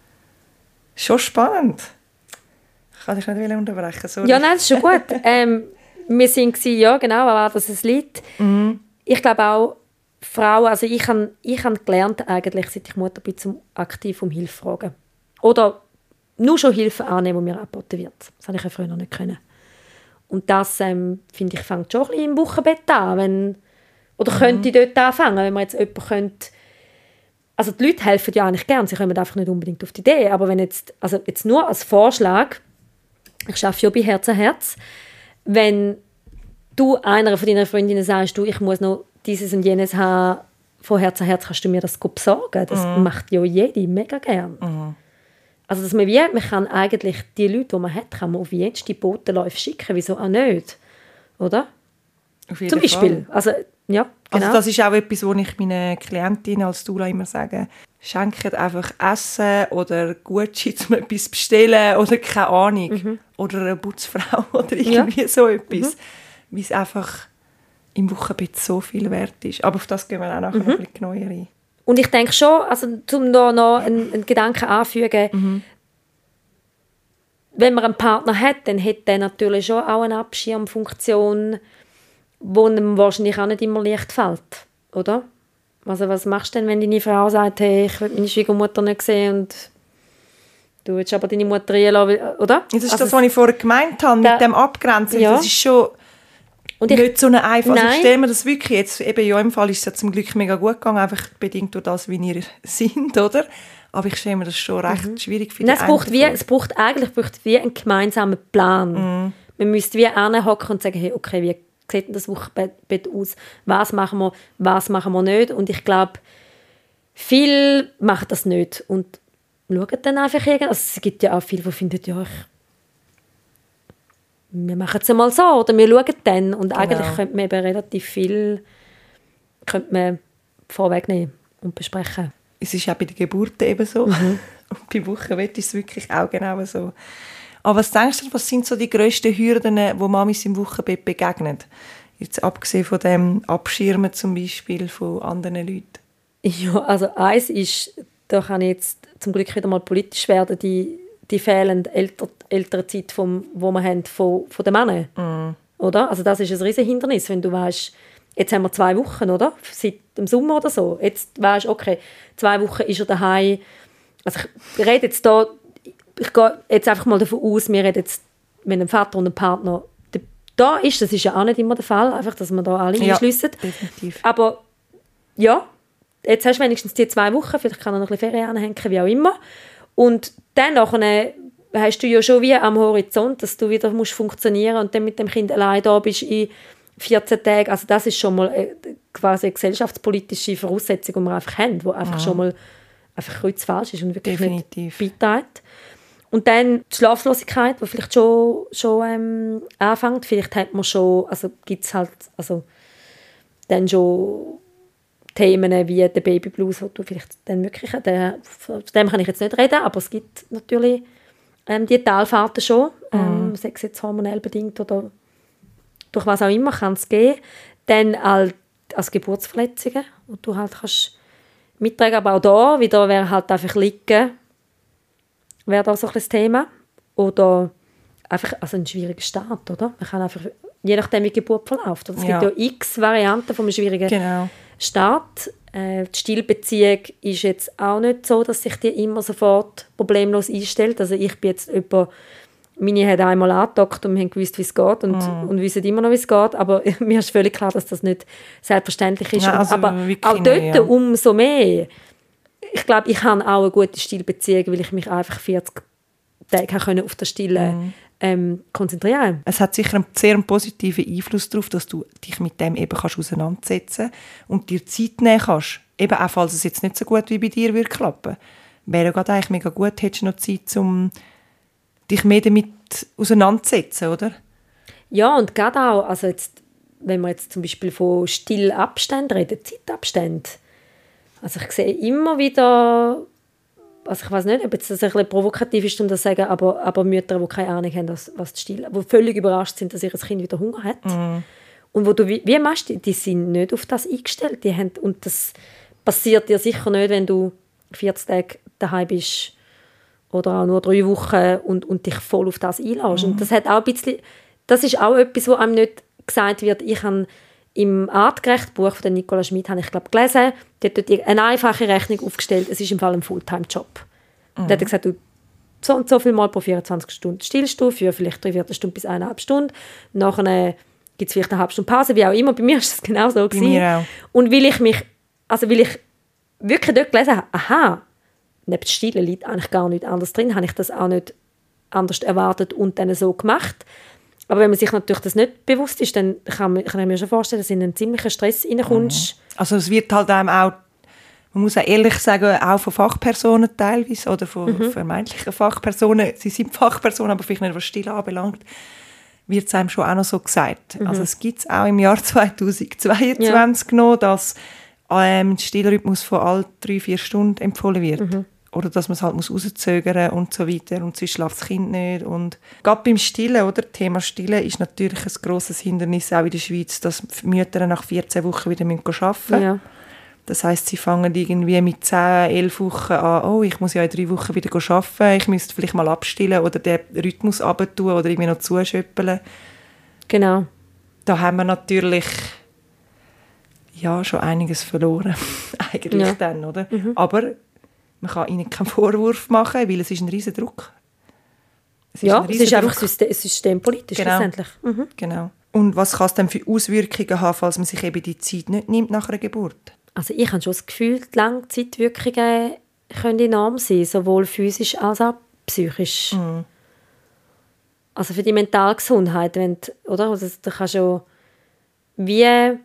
Speaker 1: Schon spannend. Ich kann dich nicht unterbrechen. Sorry.
Speaker 2: Ja, nein, das ist schon gut. ähm, wir waren, ja, genau, aber dass es liegt. Mhm. Ich glaube auch, Frauen, also ich habe ich hab gelernt, eigentlich, seit ich Mutter bin, zum aktiv um Hilfe fragen. Oder nur schon Hilfe annehmen, die mir angeboten wird. Das habe ich ja früher noch nicht können. Und das, ähm, finde ich, fängt schon ein bisschen im Wochenbett an. Wenn, oder mhm. könnte ich dort anfangen, wenn man jetzt jemanden könnte. Also die Leute helfen ja eigentlich gern, sie kommen einfach nicht unbedingt auf die Idee. Aber wenn jetzt, also jetzt nur als Vorschlag, ich arbeite ja bei Herz an Herz, wenn du einer von deinen Freundinnen sagst, du, ich muss noch dieses und jenes haben, von Herz an Herz, kannst du mir das besorgen? Das mm. macht ja jede mega gern. Mm. Also dass man wie, man kann eigentlich die Leute, die man hat, kann man auf jede Botenläufe schicken, wieso auch nicht? Oder?
Speaker 1: Auf jeden
Speaker 2: Zum Beispiel.
Speaker 1: Fall.
Speaker 2: Also, ja, genau.
Speaker 1: Also das ist auch etwas, was ich meinen Klientinnen als Doula immer sage. Schenkt einfach Essen oder Gutschein zum etwas bestellen oder keine Ahnung. Mhm. Oder eine Putzfrau oder irgendwie ja. so etwas. Mhm. Weil es einfach im Wochenbett so viel wert ist. Aber auf das gehen wir auch nachher mhm. noch ein bisschen genauer ein. Und
Speaker 2: ich denke schon, also, um da noch einen, einen Gedanken anzufügen, mhm. wenn man einen Partner hat, dann hat der natürlich schon auch eine Abschirmfunktion, die einem wahrscheinlich auch nicht immer leicht fällt, oder? Also was machst du denn, wenn deine Frau sagt, hey, ich will meine Schwiegermutter nicht sehen und du willst aber deine Mutter reinlassen, oder?
Speaker 1: Das ist
Speaker 2: also
Speaker 1: das, was ich vorher gemeint habe, da, mit dem Abgrenzen. Ja. Das ist schon und ich, nicht so eine einfache... Also ich stelle mir das wirklich jetzt, eben ja, im Fall ist es ja zum Glück mega gut gegangen, einfach bedingt durch das, wie ihr sind, oder? Aber ich stelle mir das schon recht mhm. schwierig für die
Speaker 2: Nein, es braucht wie, es braucht eigentlich braucht wie einen gemeinsamen Plan. Mhm. Man müsste wie anhocken und sagen, hey, okay, wie sieht denn das Wochenbett aus? Was machen wir, was machen wir nicht? Und ich glaube, viele machen das nicht und schauen dann einfach irgendwie. Also es gibt ja auch viele, die finden, ja, ich, wir machen es mal so oder wir schauen dann. Und genau. eigentlich könnte man eben relativ viel könnte man vorwegnehmen und besprechen.
Speaker 1: Es ist auch bei den Geburten eben so. Mhm. Und bei Wochenbett ist es wirklich auch genau so. Aber was denkst du, was sind so die grössten Hürden, die Mamis im Wochenbett begegnen? Jetzt abgesehen von dem Abschirmen zum Beispiel von anderen Leuten.
Speaker 2: Ja, also eins ist, da kann ich jetzt zum Glück wieder mal politisch werden, die, die fehlende älter, ältere Zeit, vom, die wir haben von, von den Männern. Mm. Oder? Also das ist ein riesen Hindernis, wenn du weißt, jetzt haben wir zwei Wochen, oder? Seit dem Sommer oder so. Jetzt weisst du, okay, zwei Wochen ist er daheim. Also ich rede jetzt da, ich gehe jetzt einfach mal davon aus, wir reden jetzt mit einem Vater und einem Partner. Da ist, das ist ja auch nicht immer der Fall, einfach, dass wir da alle
Speaker 1: ja,
Speaker 2: einschliessen.
Speaker 1: Definitiv.
Speaker 2: Aber ja, jetzt hast du wenigstens die zwei Wochen, vielleicht kann er noch ein bisschen Ferien anhängen, wie auch immer. Und dann nachher hast du ja schon wie am Horizont, dass du wieder musst funktionieren und dann mit dem Kind allein da bist in vierzehn Tage, also das ist schon mal äh, quasi eine gesellschaftspolitische Voraussetzung, die wir einfach haben, die einfach mhm. schon mal einfach kreuzfalsch ist und wirklich
Speaker 1: Definitiv.
Speaker 2: nicht beiträgt. Und dann die Schlaflosigkeit, die vielleicht schon, schon ähm, anfängt. Vielleicht hat man schon, also gibt es halt, also dann schon Themen wie der Babyblues, wo du vielleicht dann wirklich, der, von dem kann ich jetzt nicht reden, aber es gibt natürlich ähm, die Talfahrten schon, ähm, mhm. sei es jetzt hormonell bedingt oder durch was auch immer kann es gehen. Dann halt als Geburtsverletzungen, wo du halt kannst mittragen, aber auch da wieder wäre halt einfach liegen, wäre da so ein Thema. Oder einfach also ein schwieriger Start, oder? Man kann einfach, je nachdem, wie die Geburt verläuft. Es ja. gibt ja x Varianten von einem schwierigen genau. Start. Äh, die Stillbeziehung ist jetzt auch nicht so, dass sich die immer sofort problemlos einstellt. Also ich bin jetzt jemand, meine hat einmal angedockt und wir haben gewusst, wie es geht und, mm. und wissen immer noch, wie es geht. Aber mir ist völlig klar, dass das nicht selbstverständlich ist. Ja, also aber auch dort ja. umso mehr. Ich glaube, ich habe auch eine gute Stillbeziehung, weil ich mich einfach vierzig Tage auf das Stillen mm. ähm, konzentrieren konnte.
Speaker 1: Es hat sicher einen sehr positiven Einfluss darauf, dass du dich mit dem eben kannst auseinandersetzen und dir Zeit nehmen kannst. Eben auch, falls es jetzt nicht so gut wie bei dir würde klappen. Wäre ja gerade eigentlich mega gut, hättest du noch Zeit, um dich mehr damit auseinanderzusetzen, oder?
Speaker 2: Ja, und gerade auch, also jetzt, wenn wir jetzt zum Beispiel von Stillabständen reden, Zeitabständen. Also ich sehe immer wieder, also ich weiß nicht, ob jetzt das ein bisschen provokativ ist, um das zu sagen, aber, aber Mütter, die keine Ahnung haben, was, was Still, die völlig überrascht sind, dass ihr Kind wieder Hunger hat. Mm. Und wo du, wie, wie machst du, die sind nicht auf das eingestellt. Die haben, und das passiert dir sicher nicht, wenn du vierzig Tage daheim bist oder auch nur drei Wochen und, und dich voll auf das einlässt. Mm. Und das hat auch ein bisschen, das ist auch etwas, wo einem nicht gesagt wird. Ich habe im Artgerecht-Buch von Nicola Schmid habe ich glaube gelesen, die hat dort eine einfache Rechnung aufgestellt. Es ist im Fall ein Fulltime-Job. Mhm. Da hat er gesagt, du so und so viel Mal pro vierundzwanzig Stunden stillst du für vielleicht dreiviertel Stunde bis eineinhalb Stunden. Nachher gibt es vielleicht eine halbe Stunde Pause, wie auch immer. Bei mir ist das genau so. Bei mir auch. Und weil ich mich, also weil ich wirklich dort gelesen habe, aha, neben dem Stillen liegt eigentlich gar nichts anderes drin, habe ich das auch nicht anders erwartet und dann so gemacht. Aber wenn man sich natürlich das nicht bewusst ist, dann kann, man, kann ich mir schon vorstellen, dass du in einen ziemlichen Stress reinkommst.
Speaker 1: Also es wird halt einem auch, man muss auch ehrlich sagen, auch von Fachpersonen teilweise oder von mhm. vermeintlichen Fachpersonen, sie sind Fachpersonen, aber vielleicht nicht, was Still anbelangt, wird es einem schon auch noch so gesagt. Mhm. Also es gibt es auch im Jahr zweitausendzweiundzwanzig ja. noch, dass ähm, ein Stillrhythmus von alle drei, vier Stunden empfohlen wird. Mhm. Oder dass man es halt muss rauszögern und so weiter und sonst schläft das Kind nicht. Und gerade beim Stillen, oder? Thema Stillen ist natürlich ein grosses Hindernis auch in der Schweiz, dass Mütter nach vierzehn Wochen wieder arbeiten müssen. Ja. Das heisst, sie fangen irgendwie mit zehn, elf Wochen an, oh, ich muss ja in drei Wochen wieder arbeiten, ich müsste vielleicht mal abstillen oder den Rhythmus runtertun oder irgendwie noch zuschöppeln.
Speaker 2: Genau.
Speaker 1: Da haben wir natürlich ja, schon einiges verloren, eigentlich ja. dann, oder? Mhm. Aber man kann ihnen keinen Vorwurf machen, weil es ist ein riesen Druck.
Speaker 2: Es ist ja, ein riesen es ist Druck. Einfach System, systempolitisch
Speaker 1: genau.
Speaker 2: letztendlich. Mhm.
Speaker 1: Genau. Und was kann es denn für Auswirkungen haben, falls man sich eben die Zeit nicht nimmt nach einer Geburt?
Speaker 2: Also ich habe schon das Gefühl, die Langzeitwirkungen können enorm sein, sowohl physisch als auch psychisch. Mhm. Also für die mentale Gesundheit, wenn du, oder? Also da kannst du wie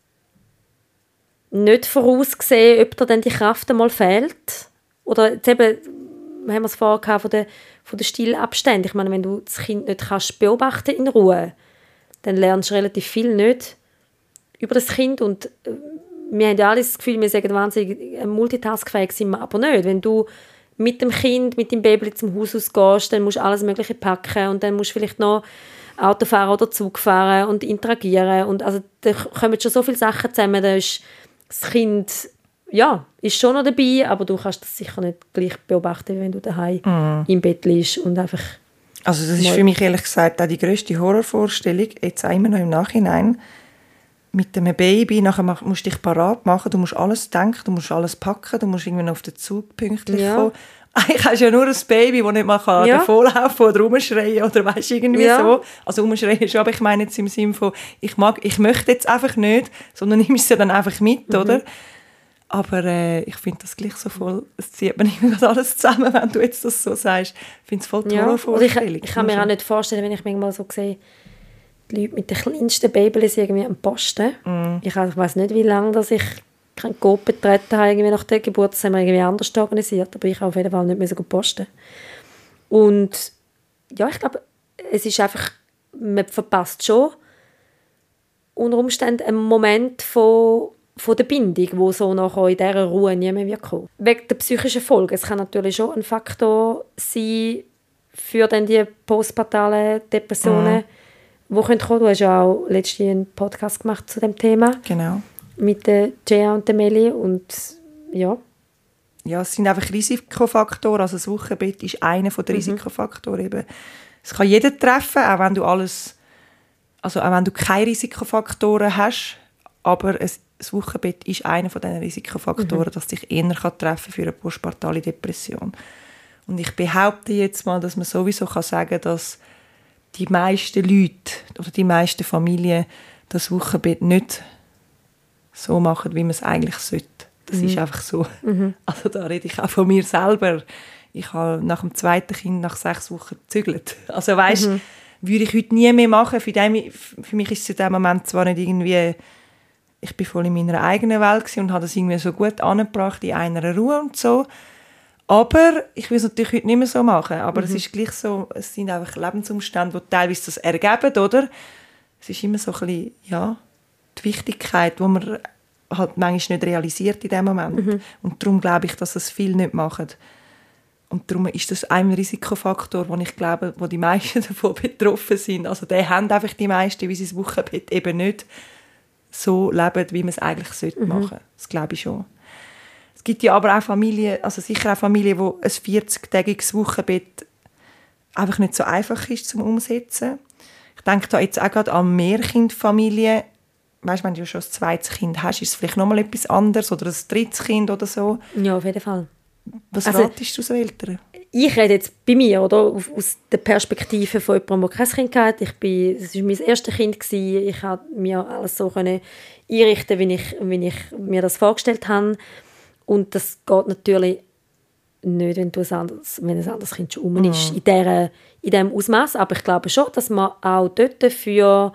Speaker 2: nicht voraussehen, ob dir dann die Kraft einmal fehlt. Oder jetzt eben, haben wir es vorher von den, von den Stillabständen. Ich meine, wenn du das Kind nicht kannst beobachten in Ruhe, dann lernst du relativ viel nicht über das Kind. Und wir haben ja alle das Gefühl, wir sagen wahnsinnig multitaskfähig sind wir aber nicht. Wenn du mit dem Kind, mit dem Baby zum Haus ausgehst, dann musst du alles Mögliche packen und dann musst du vielleicht noch Auto fahren oder Zug fahren und interagieren. Und also, da kommen schon so viele Sachen zusammen, da ist das Kind ja, ist schon noch dabei, aber du kannst das sicher nicht gleich beobachten, wenn du daheim mm. im Bett liegst und einfach...
Speaker 1: Also das ist für mich ehrlich gesagt auch die grösste Horrorvorstellung, jetzt auch immer noch im Nachhinein, mit einem Baby, nachher musst du dich parat machen, du musst alles denken, du musst alles packen, du musst irgendwie noch auf den Zug pünktlich ja. kommen. Eigentlich hast du ja nur ein Baby, das nicht mal kann ja. davonlaufen oder rumschreien oder weißt, irgendwie ja. so. Also rumschreien schon, aber ich meine jetzt im Sinne von, ich, mag, ich möchte jetzt einfach nicht, sondern nimmst es ja dann einfach mit, mhm. oder? Aber äh, ich finde das gleich so voll, es zieht mir nicht alles zusammen, wenn du jetzt das so sagst. Ich finde es voll toll
Speaker 2: ja.
Speaker 1: Vorstellung.
Speaker 2: Ich, ich kann mir auch nicht vorstellen, wenn ich manchmal so sehe, die Leute mit den kleinsten Babys irgendwie am Posten. Mm. Ich, ich weiß nicht, wie lange dass ich kein Coop betreten habe, irgendwie nach der Geburt. Das haben wir irgendwie anders organisiert, aber ich habe auf jeden Fall nicht mehr so gut posten. Und ja, ich glaube, es ist einfach, man verpasst schon unter Umständen einen Moment von, von der Bindung, wo so nachher in dieser Ruhe nie mehr wird kommen. Wegen der psychischen Folgen. Es kann natürlich schon ein Faktor sein für dann die postpartalen Depressionen, mm. die kommen können. Du hast ja auch letztens einen Podcast gemacht zu dem Thema.
Speaker 1: Genau.
Speaker 2: Mit der Jaya und der Meli und ja.
Speaker 1: Ja, es sind einfach Risikofaktoren. Also das Wochenbett ist einer der Risikofaktoren. Mhm. Es kann jeden treffen, auch wenn du alles, also auch wenn du keine Risikofaktoren hast, aber es, das Wochenbett ist einer von diesen Risikofaktoren, mhm. dass dich eher treffen kann für eine postpartale Depression. Und ich behaupte jetzt mal, dass man sowieso kann sagen kann, dass die meisten Leute oder die meisten Familien das Wochenbett nicht so machen, wie man es eigentlich sollte. Das mhm. ist einfach so. Mhm. Also da rede ich auch von mir selber. Ich habe nach dem zweiten Kind nach sechs Wochen gezügelt. Also weißt, mhm. würde ich heute nie mehr machen. Für, den, für mich ist es in dem Moment zwar nicht irgendwie, ich bin voll in meiner eigenen Welt gewesen und habe das irgendwie so gut angebracht in einer Ruhe und so. Aber ich will es natürlich heute nicht mehr so machen. Aber mhm. es ist gleich so, es sind einfach Lebensumstände, die teilweise das ergeben, oder? Es ist immer so ein bisschen, ja, die Wichtigkeit, die man halt manchmal nicht realisiert in dem Moment. Mhm. Und darum glaube ich, dass das viele nicht machen. Und darum ist das ein Risikofaktor, wo ich glaube, wo die meisten davon betroffen sind. Also die haben einfach die meisten, wie sie das Wochenbett eben nicht so leben, wie man es eigentlich sollte mhm. machen. Das glaube ich schon. Es gibt ja aber auch Familien, also sicher auch Familien, wo ein vierzig-tägiges Wochenbett einfach nicht so einfach ist zum Umsetzen. Ich denke da jetzt auch gerade an Mehrkindfamilien. Weißt, wenn du schon ein zweites Kind hast, ist es vielleicht nochmal etwas anderes oder ein drittes Kind oder so.
Speaker 2: Ja, auf jeden Fall.
Speaker 1: Was
Speaker 2: also,
Speaker 1: ratest du so Eltern?
Speaker 2: Ich rede jetzt bei mir, oder? Aus der Perspektive von jemandem, der kein Kind hatte. Ich bin, es war mein erstes Kind. Ich konnte mir alles so einrichten, wie ich, wie ich mir das vorgestellt habe. Und das geht natürlich nicht, wenn, du ein, anderes, wenn ein anderes Kind schon rum ist, mm. in, dieser, in diesem Ausmaß. Aber ich glaube schon, dass man auch dort für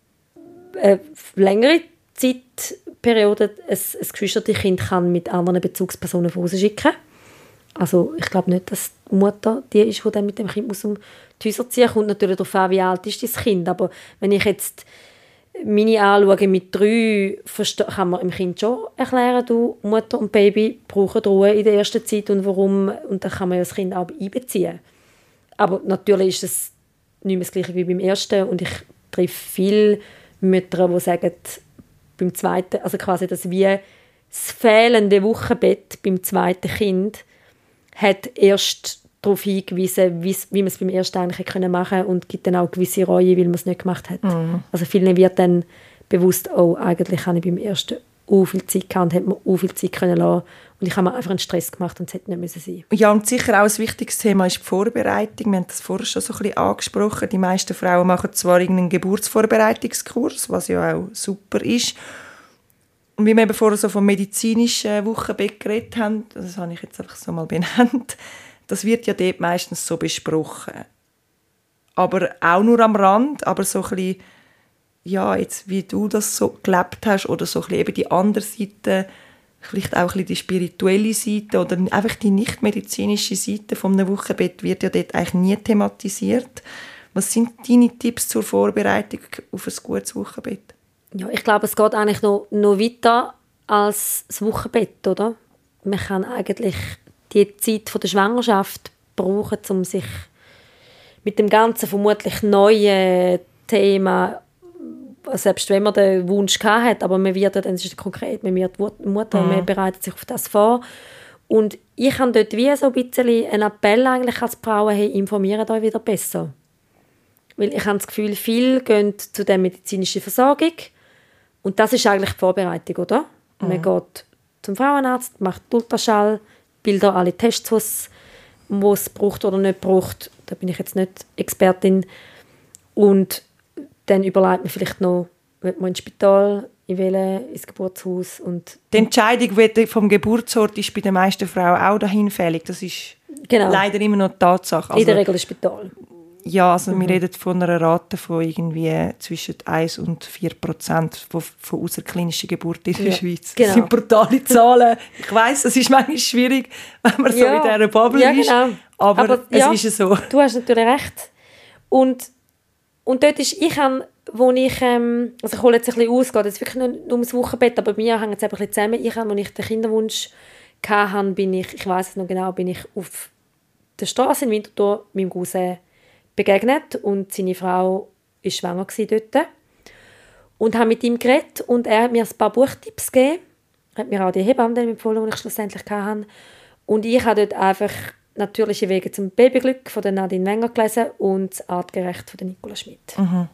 Speaker 2: eine längere Zeitperiode ein, ein Geschwisterkind kann mit anderen Bezugspersonen von Hause schicken. Also ich glaube nicht, dass die Mutter die ist, die dann mit dem Kind aus dem Häuser ziehen muss. Kommt natürlich darauf an, wie alt ist das Kind. Aber wenn ich jetzt meine anschaue mit drei, kann man dem Kind schon erklären, du, Mutter und Baby brauchen Ruhe in der ersten Zeit und warum. Und dann kann man das Kind auch einbeziehen. Aber natürlich ist es nicht mehr das Gleiche wie beim ersten. Und ich treffe viele Mütter, die sagen, beim zweiten, also quasi das wie das fehlende Wochenbett beim zweiten Kind hat erst darauf hingewiesen, wie man es beim ersten eigentlich hätte machen können und gibt dann auch gewisse Reue, weil man es nicht gemacht hat. Mm. Also vielen wird dann bewusst, oh, eigentlich habe ich beim ersten auch viel Zeit gehabt und hätte mir auch viel Zeit können lassen. Und ich habe mir einfach einen Stress gemacht und es hätte nicht müssen sein.
Speaker 1: Ja, und sicher auch ein wichtiges Thema ist die Vorbereitung. Wir haben das vorher schon so ein bisschen angesprochen. Die meisten Frauen machen zwar irgendeinen Geburtsvorbereitungskurs, was ja auch super ist. Und wie wir eben vorher so vom medizinischen Wochenbett geredet haben, das habe ich jetzt einfach so mal benannt, das wird ja dort meistens so besprochen. Aber auch nur am Rand, aber so ein bisschen, ja, jetzt wie du das so gelebt hast oder so ein bisschen eben die andere Seite, vielleicht auch ein bisschen die spirituelle Seite oder einfach die nicht-medizinische Seite von einem Wochenbett wird ja dort eigentlich nie thematisiert. Was sind deine Tipps zur Vorbereitung auf ein gutes Wochenbett?
Speaker 2: Ja, ich glaube, es geht eigentlich noch, noch weiter als das Wochenbett, oder? Man kann eigentlich die Zeit von der Schwangerschaft brauchen, um sich mit dem ganzen vermutlich neuen Thema, selbst wenn man den Wunsch hat, aber man wird dann, das ist konkret, man wird Mutter, mhm. man bereitet sich auf das vor. Und ich habe dort wie so ein bisschen einen Appell eigentlich als Frauen, hey, informiert euch wieder besser. Weil ich habe das Gefühl, viele gehen zu der medizinischen Versorgung und das ist eigentlich die Vorbereitung, oder? Mhm. Man geht zum Frauenarzt, macht Ultraschall, Bilder, alle Tests, was es braucht oder nicht braucht. Da bin ich jetzt nicht Expertin. Und dann überlegt man vielleicht noch, will man ins Spital, in welches, ins Geburtshaus. Und
Speaker 1: die Entscheidung vom Geburtsort ist bei den meisten Frauen auch dahinfällig. Das ist genau. leider immer noch die Tatsache. Also,
Speaker 2: in der Regel das Spital.
Speaker 1: Ja, also
Speaker 2: Mhm.
Speaker 1: wir reden von einer Rate von irgendwie zwischen eins und vier Prozent von, von außerklinischen Geburten in der
Speaker 2: Ja,
Speaker 1: Schweiz.
Speaker 2: genau.
Speaker 1: Das sind brutale Zahlen. Ich weiss, es ist manchmal schwierig, wenn man so
Speaker 2: Ja,
Speaker 1: in dieser Bubble
Speaker 2: ja,
Speaker 1: ist.
Speaker 2: genau.
Speaker 1: Aber,
Speaker 2: Aber
Speaker 1: es
Speaker 2: ja,
Speaker 1: ist ja so.
Speaker 2: Du hast natürlich recht. Und, und dort ist, ich habe, wo ich, ähm, also ich hole jetzt ein bisschen aus, geht jetzt wirklich nur ums Wochenbett, aber bei mir hängt es eben ein bisschen zusammen. Ich habe, als ich den Kinderwunsch hatte, bin ich, ich weiss es noch genau, bin ich auf der Straße in Winterthur meinem Cousin begegnet und seine Frau war schwanger dort. Und habe mit ihm geredet und er hat mir ein paar Buchtipps gegeben. Er hat mir auch die Hebamme empfohlen, die ich schlussendlich hatte. Und ich habe dort einfach «Natürliche Wege zum Babyglück» von der Nadine Wenger gelesen und «Das Artgerecht» von der Nicola Schmidt.
Speaker 1: Mhm.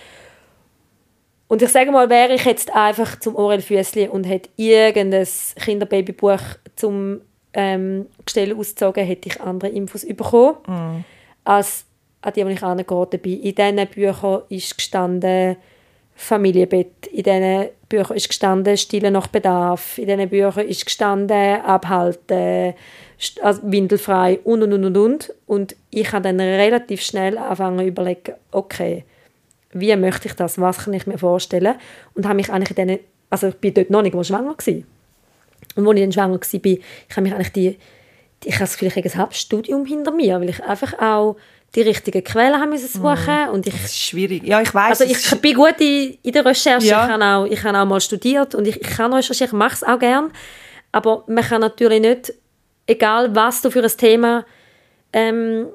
Speaker 2: Und ich sage mal, wäre ich jetzt einfach zum Orel Füssli und hätte irgendein Kinderbabybuch zum ähm, Gestell ausgezogen, hätte ich andere Infos bekommen,
Speaker 1: Mhm.
Speaker 2: als an die, die ich angeraten bin. In diesen Büchern ist gestanden Familienbett, in diesen Büchern ist gestanden Stillen nach Bedarf, in diesen Büchern ist gestanden Abhalten, st- also windelfrei und, und, und, und, und. Und ich habe dann relativ schnell angefangen zu überlegen, okay, wie möchte ich das, was kann ich mir vorstellen? Und habe mich eigentlich in diesen, also ich bin dort noch nicht mal schwanger gewesen. Und als ich dann schwanger war, ich habe mich eigentlich die, die ich habe vielleicht ein halbes Studium hinter mir, weil ich einfach auch die richtigen Quellen haben müssen suchen und ich,
Speaker 1: Das ist schwierig. Ja, ich weiss.
Speaker 2: also
Speaker 1: es
Speaker 2: ich
Speaker 1: ist-
Speaker 2: bin gut in, in der Recherche,
Speaker 1: Ja.
Speaker 2: ich habe auch, ich habe auch mal studiert und ich, ich kann recherchieren, ich mache es auch gerne, aber man kann natürlich nicht, egal was du für ein Thema ähm,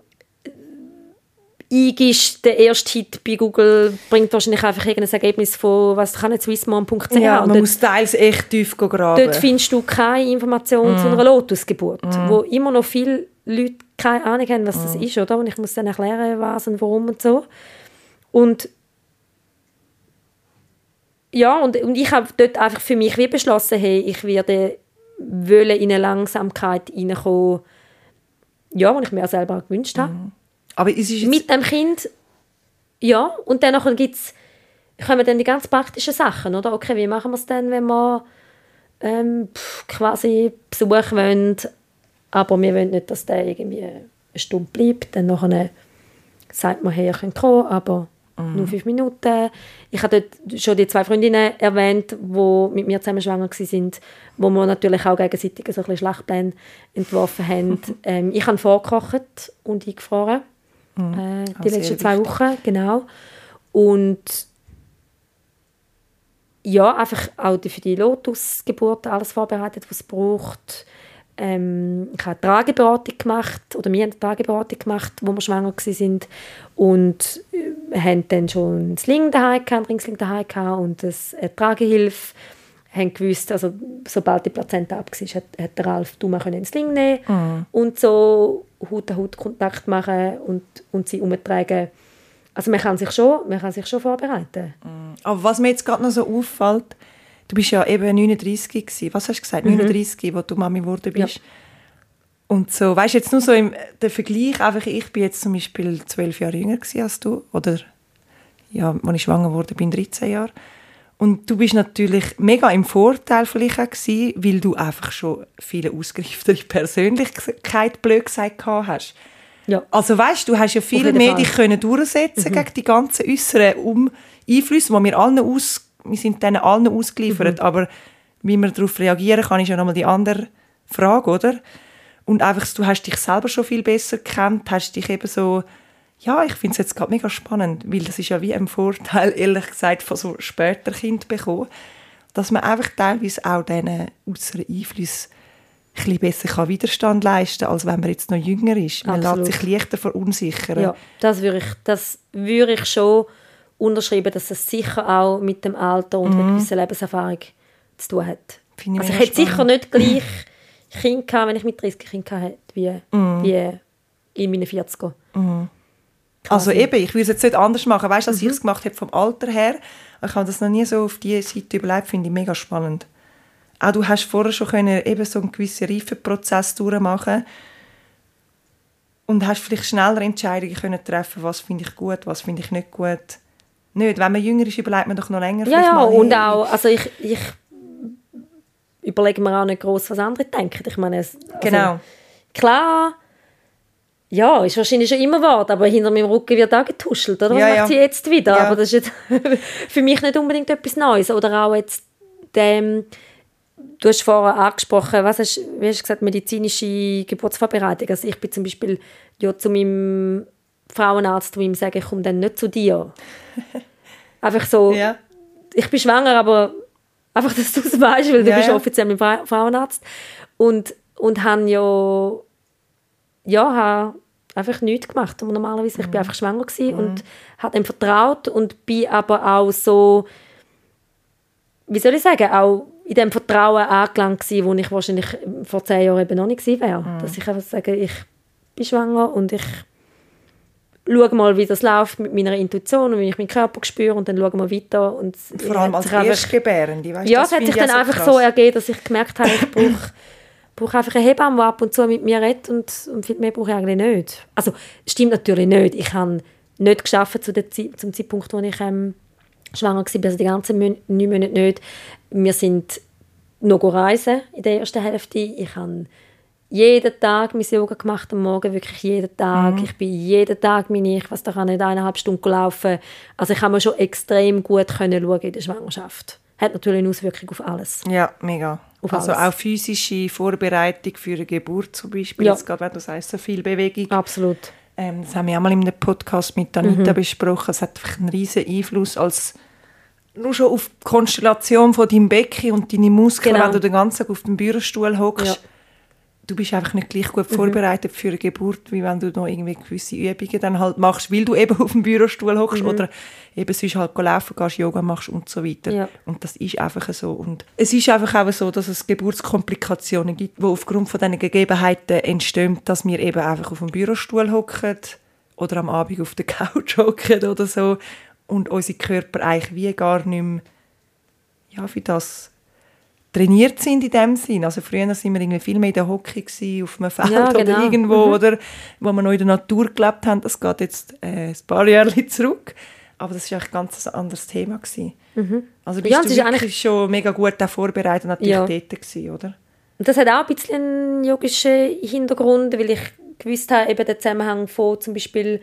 Speaker 2: eingibst, der erste Hit bei Google bringt wahrscheinlich einfach irgendein Ergebnis von, was kann nicht, swissmom punkt c h.
Speaker 1: ja,
Speaker 2: Und
Speaker 1: man
Speaker 2: dort-
Speaker 1: muss teils echt tief graben.
Speaker 2: Dort findest du keine Information
Speaker 1: Mhm.
Speaker 2: zu einer Lotusgeburt, wo immer noch viele Leute keine Ahnung haben, was das ist, oder? Und ich muss dann erklären, was und warum und so. Und ja, und, und ich habe dort einfach für mich wie beschlossen, hey, ich werde wollen in eine Langsamkeit reinkommen, ja, die ich mir selber auch gewünscht habe.
Speaker 1: Aber es ist jetzt...
Speaker 2: Mit dem Kind, ja, und dann gibt's, kommen dann die ganz praktischen Sachen, oder? Okay, wie machen wir es dann, wenn wir ähm, pff, quasi Besuch wollen, aber wir wollen nicht, dass der irgendwie eine Stunde bleibt, dann nachher sagt man, hey, ihr könnt kommen, aber nur fünf Minuten. Ich habe dort schon die zwei Freundinnen erwähnt, die mit mir zusammen schwanger waren, wo wir natürlich auch gegenseitig so ein bisschen Schlachtpläne entworfen haben. ähm, ich habe vorgekocht und eingefroren. Äh, die
Speaker 1: Ah, sehr
Speaker 2: letzten zwei
Speaker 1: wichtig.
Speaker 2: Wochen, genau. Und ja, einfach auch für die Lotusgeburt alles vorbereitet, was es braucht. Ähm, ich habe eine Trageberatung gemacht, oder wir haben eine Trageberatung gemacht, wo wir schwanger waren. Und äh, haben dann schon einen Sling daheim gehabt, einen Ringsling daheim gehabt und das, eine Tragehilfe. Haben gewusst, also sobald die Plazenta ab war, hat, hat der Ralf Duma einen Sling nehmen
Speaker 1: Mhm.
Speaker 2: und so Haut-an-Haut-Kontakt machen und, und sie umtragen. Also man kann sich schon, man kann sich schon vorbereiten.
Speaker 1: Aber was mir jetzt gerade noch so auffällt, du bist ja eben neununddreissig gewesen. Was hast du gesagt? neununddreissig, wo du Mami geworden bist.
Speaker 2: Ja.
Speaker 1: Und so, weißt du, jetzt nur so im der Vergleich, einfach ich bin jetzt zum Beispiel zwölf Jahre jünger gewesen als du, oder ja, als ich schwanger wurde, bin dreizehn Jahre. Und du bist natürlich mega im Vorteil vielleicht auch gewesen, weil du einfach schon viele ausgereiftere Persönlichkeit, blöd gesagt, gehabt hast.
Speaker 2: Ja.
Speaker 1: Also weißt, du hast ja viel
Speaker 2: jeden
Speaker 1: mehr
Speaker 2: Fall.
Speaker 1: dich können durchsetzen gegen die ganzen äußeren um Einflüsse, die wir allen aus, wir sind denen allen ausgeliefert, aber wie wir darauf reagieren, kann ich ja nochmal die andere Frage, oder? Und einfach, du hast dich selber schon viel besser gekannt, hast dich eben so, ja, ich finde es jetzt gerade mega spannend, weil das ist ja wie ein Vorteil, ehrlich gesagt, von so später Kind bekommen, dass man einfach teilweise auch diesen äußeren Einflüssen ein bisschen besser kann Widerstand leisten kann, als wenn man jetzt noch jünger ist. Man
Speaker 2: Absolut.
Speaker 1: lässt sich leichter verunsichern.
Speaker 2: Ja, das würde ich, das würde ich schon unterschreiben, dass das sicher auch mit dem Alter und einer gewissen Lebenserfahrung zu tun hat.
Speaker 1: Finde ich
Speaker 2: Also ich
Speaker 1: mega
Speaker 2: hätte sicher
Speaker 1: spannend.
Speaker 2: nicht gleich Kinder gehabt, wenn ich mit dreißig Kindern hatte, wie, wie in meinen vierziger.
Speaker 1: Also eben, ich würde es jetzt nicht anders machen, weißt du, als
Speaker 2: Mhm.
Speaker 1: ich es gemacht habe vom Alter her. Ich habe das noch nie so auf diese Seite überlegt, finde ich mega spannend. Auch du hast vorher schon können, eben so einen gewissen Reifeprozess durchmachen und hast vielleicht schneller Entscheidungen können treffen, was finde ich gut, was finde ich nicht gut. Nicht, wenn man jünger ist, überlegt man doch noch länger.
Speaker 2: Ja,
Speaker 1: vielleicht
Speaker 2: ja,
Speaker 1: mal,
Speaker 2: und
Speaker 1: hey,
Speaker 2: auch, also ich, ich überlege mir auch nicht gross, was andere denken. Ich meine, es, also,
Speaker 1: Genau.
Speaker 2: klar Ja, ist wahrscheinlich schon immer wahr, aber hinter meinem Rücken wird auch getuschelt, oder? Was
Speaker 1: Ja,
Speaker 2: macht
Speaker 1: ja.
Speaker 2: sie jetzt wieder?
Speaker 1: Ja.
Speaker 2: Aber das ist jetzt für mich nicht unbedingt etwas Neues. Oder auch jetzt, dem, du hast vorher angesprochen, was hast, wie hast du gesagt, medizinische Geburtsvorbereitung. Also ich bin zum Beispiel ja, zu meinem Frauenarzt, zu ihm sage, ich komme dann nicht zu dir. Einfach so,
Speaker 1: Ja.
Speaker 2: ich bin schwanger, aber einfach, dass du es weißt, weil du
Speaker 1: Ja,
Speaker 2: bist
Speaker 1: ja.
Speaker 2: offiziell mein Fra- Frauenarzt. Und, und habe ja, ja, habe einfach nichts gemacht. Und normalerweise, ich bin einfach schwanger gewesen
Speaker 1: Mhm.
Speaker 2: und habe ihm vertraut und bin aber auch so, wie soll ich sagen, auch in dem Vertrauen angelangt gewesen, wo ich wahrscheinlich vor zehn Jahren eben noch nicht gewesen wäre.
Speaker 1: Mhm.
Speaker 2: Dass ich einfach sage, ich bin schwanger und ich schaue mal, wie das läuft mit meiner Intuition und wie ich meinen Körper spüre und dann schauen wir weiter. Und
Speaker 1: Vor allem als Erstgebärende. Weißt,
Speaker 2: ja,
Speaker 1: das
Speaker 2: es hat
Speaker 1: finde
Speaker 2: sich
Speaker 1: ich
Speaker 2: dann
Speaker 1: auch
Speaker 2: einfach
Speaker 1: krass.
Speaker 2: so ergeben, dass ich gemerkt habe, ich brauche, brauche einfach eine Hebamme, die ab und zu mit mir redet und, und viel mehr brauche ich eigentlich nicht. Also, stimmt natürlich nicht. Ich habe nicht geschafft zu der Zeit, zum Zeitpunkt, wo ich ähm, schwanger war, also die ganzen Mon- neun Monate nicht. Wir sind noch reisen in der ersten Hälfte. Ich habe jeden Tag mein Yoga gemacht am Morgen, wirklich jeden Tag.
Speaker 1: Mhm.
Speaker 2: Ich bin jeden Tag meine, ich weiß, da kann nicht eineinhalb Stunden laufen. Also ich habe mir schon extrem gut können schauen in der Schwangerschaft. Hat natürlich eine Auswirkung auf alles.
Speaker 1: Ja, mega.
Speaker 2: Auf
Speaker 1: Also
Speaker 2: alles.
Speaker 1: auch physische Vorbereitung für eine Geburt zum Beispiel.
Speaker 2: Ja.
Speaker 1: Jetzt gerade, wenn du sagst, so viel Bewegung.
Speaker 2: Absolut.
Speaker 1: Ähm, das haben wir auch mal in einem Podcast mit Anita besprochen. Es hat einfach einen riesen Einfluss als nur schon auf die Konstellation von deinem Becken und deine Muskeln,
Speaker 2: Genau.
Speaker 1: wenn du den ganzen Tag auf dem Bürostuhl hockst.
Speaker 2: Ja.
Speaker 1: Du bist einfach nicht gleich gut vorbereitet für eine Geburt, wie wenn du noch irgendwie gewisse Übungen dann halt machst, weil du eben auf dem Bürostuhl hockst oder eben sonst halt laufen gehst, Yoga machst und so weiter.
Speaker 2: Ja.
Speaker 1: Und das ist einfach so. Und es ist einfach auch so, dass es Geburtskomplikationen gibt, die aufgrund von diesen Gegebenheiten entstehen, dass wir eben einfach auf dem Bürostuhl hocken oder am Abend auf der Couch hocken oder so und unsere Körper eigentlich wie gar nicht mehr ja, für das trainiert sind in dem Sinn. Also früher waren wir irgendwie viel mehr in der Hocke gewesen, auf einem Feld
Speaker 2: Ja,
Speaker 1: oder
Speaker 2: genau.
Speaker 1: irgendwo,
Speaker 2: Mhm.
Speaker 1: oder wo wir noch in der Natur gelebt haben. Das geht jetzt äh, ein paar Jahre zurück. Aber das war eigentlich ganz ein anderes Thema gewesen. Also bist
Speaker 2: Ja,
Speaker 1: du
Speaker 2: es ist
Speaker 1: wirklich
Speaker 2: eigentlich-
Speaker 1: schon mega gut auch vorbereitet und natürlich
Speaker 2: Ja.
Speaker 1: dort gewesen, oder?
Speaker 2: Und das hat auch ein bisschen einen yogischen Hintergrund, weil ich gewusst habe, eben den Zusammenhang von zum Beispiel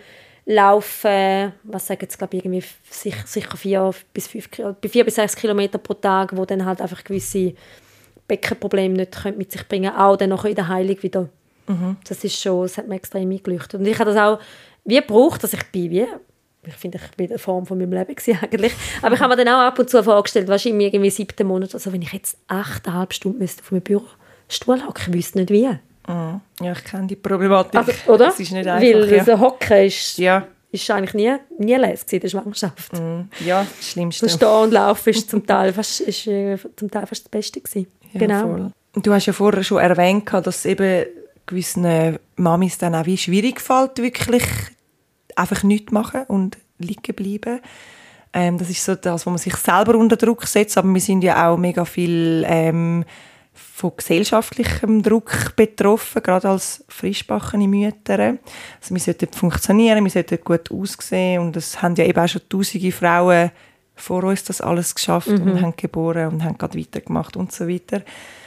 Speaker 2: Laufen, was sagen jetzt, glaube ich, irgendwie sicher, sicher vier bis fünf, Ki- vier bis sechs Kilometer pro Tag, wo dann halt einfach gewisse Beckenprobleme nicht können mit sich bringen können, auch dann nachher in der Heilung wieder. Das ist schon, das hat mir extrem eingeleuchtet. Und ich habe das auch wie gebraucht, dass ich bin wie, ich finde, ich bin in der Form von meinem Leben gewesen, eigentlich. Aber ich habe mir dann auch ab und zu vorgestellt, weißt du, im irgendwie siebten Monat, also wenn ich jetzt achteinhalb Stunden müsste auf meinem Bürostuhl hocken, ich wüsste nicht wie.
Speaker 1: Mhm. Ja, ich kenne die Problematik.
Speaker 2: Also, oder?
Speaker 1: Es ist nicht einfach.
Speaker 2: Weil
Speaker 1: ja.
Speaker 2: so Hocken ist,
Speaker 1: Ja.
Speaker 2: ist eigentlich nie, nie lässig in der Schwangerschaft.
Speaker 1: Mhm. Ja, das Schlimmste.
Speaker 2: So Stehen und Laufen ist zum Teil fast, ist, äh, zum Teil fast das Beste gewesen.
Speaker 1: Ja,
Speaker 2: Genau.
Speaker 1: voll. Und du hast ja vorher schon erwähnt, dass es eben gewissen Mamis dann auch wie schwierig fällt, wirklich einfach nichts machen und liegen bleiben. Ähm, das ist so das, wo man sich selber unter Druck setzt, aber wir sind ja auch mega viel ähm, von gesellschaftlichem Druck betroffen, gerade als frischgebackene Mütter. Also wir sollten funktionieren, wir sollten gut aussehen und es haben ja eben auch schon tausende Frauen vor uns das alles geschafft und haben geboren und haben gerade weitergemacht und so weiter.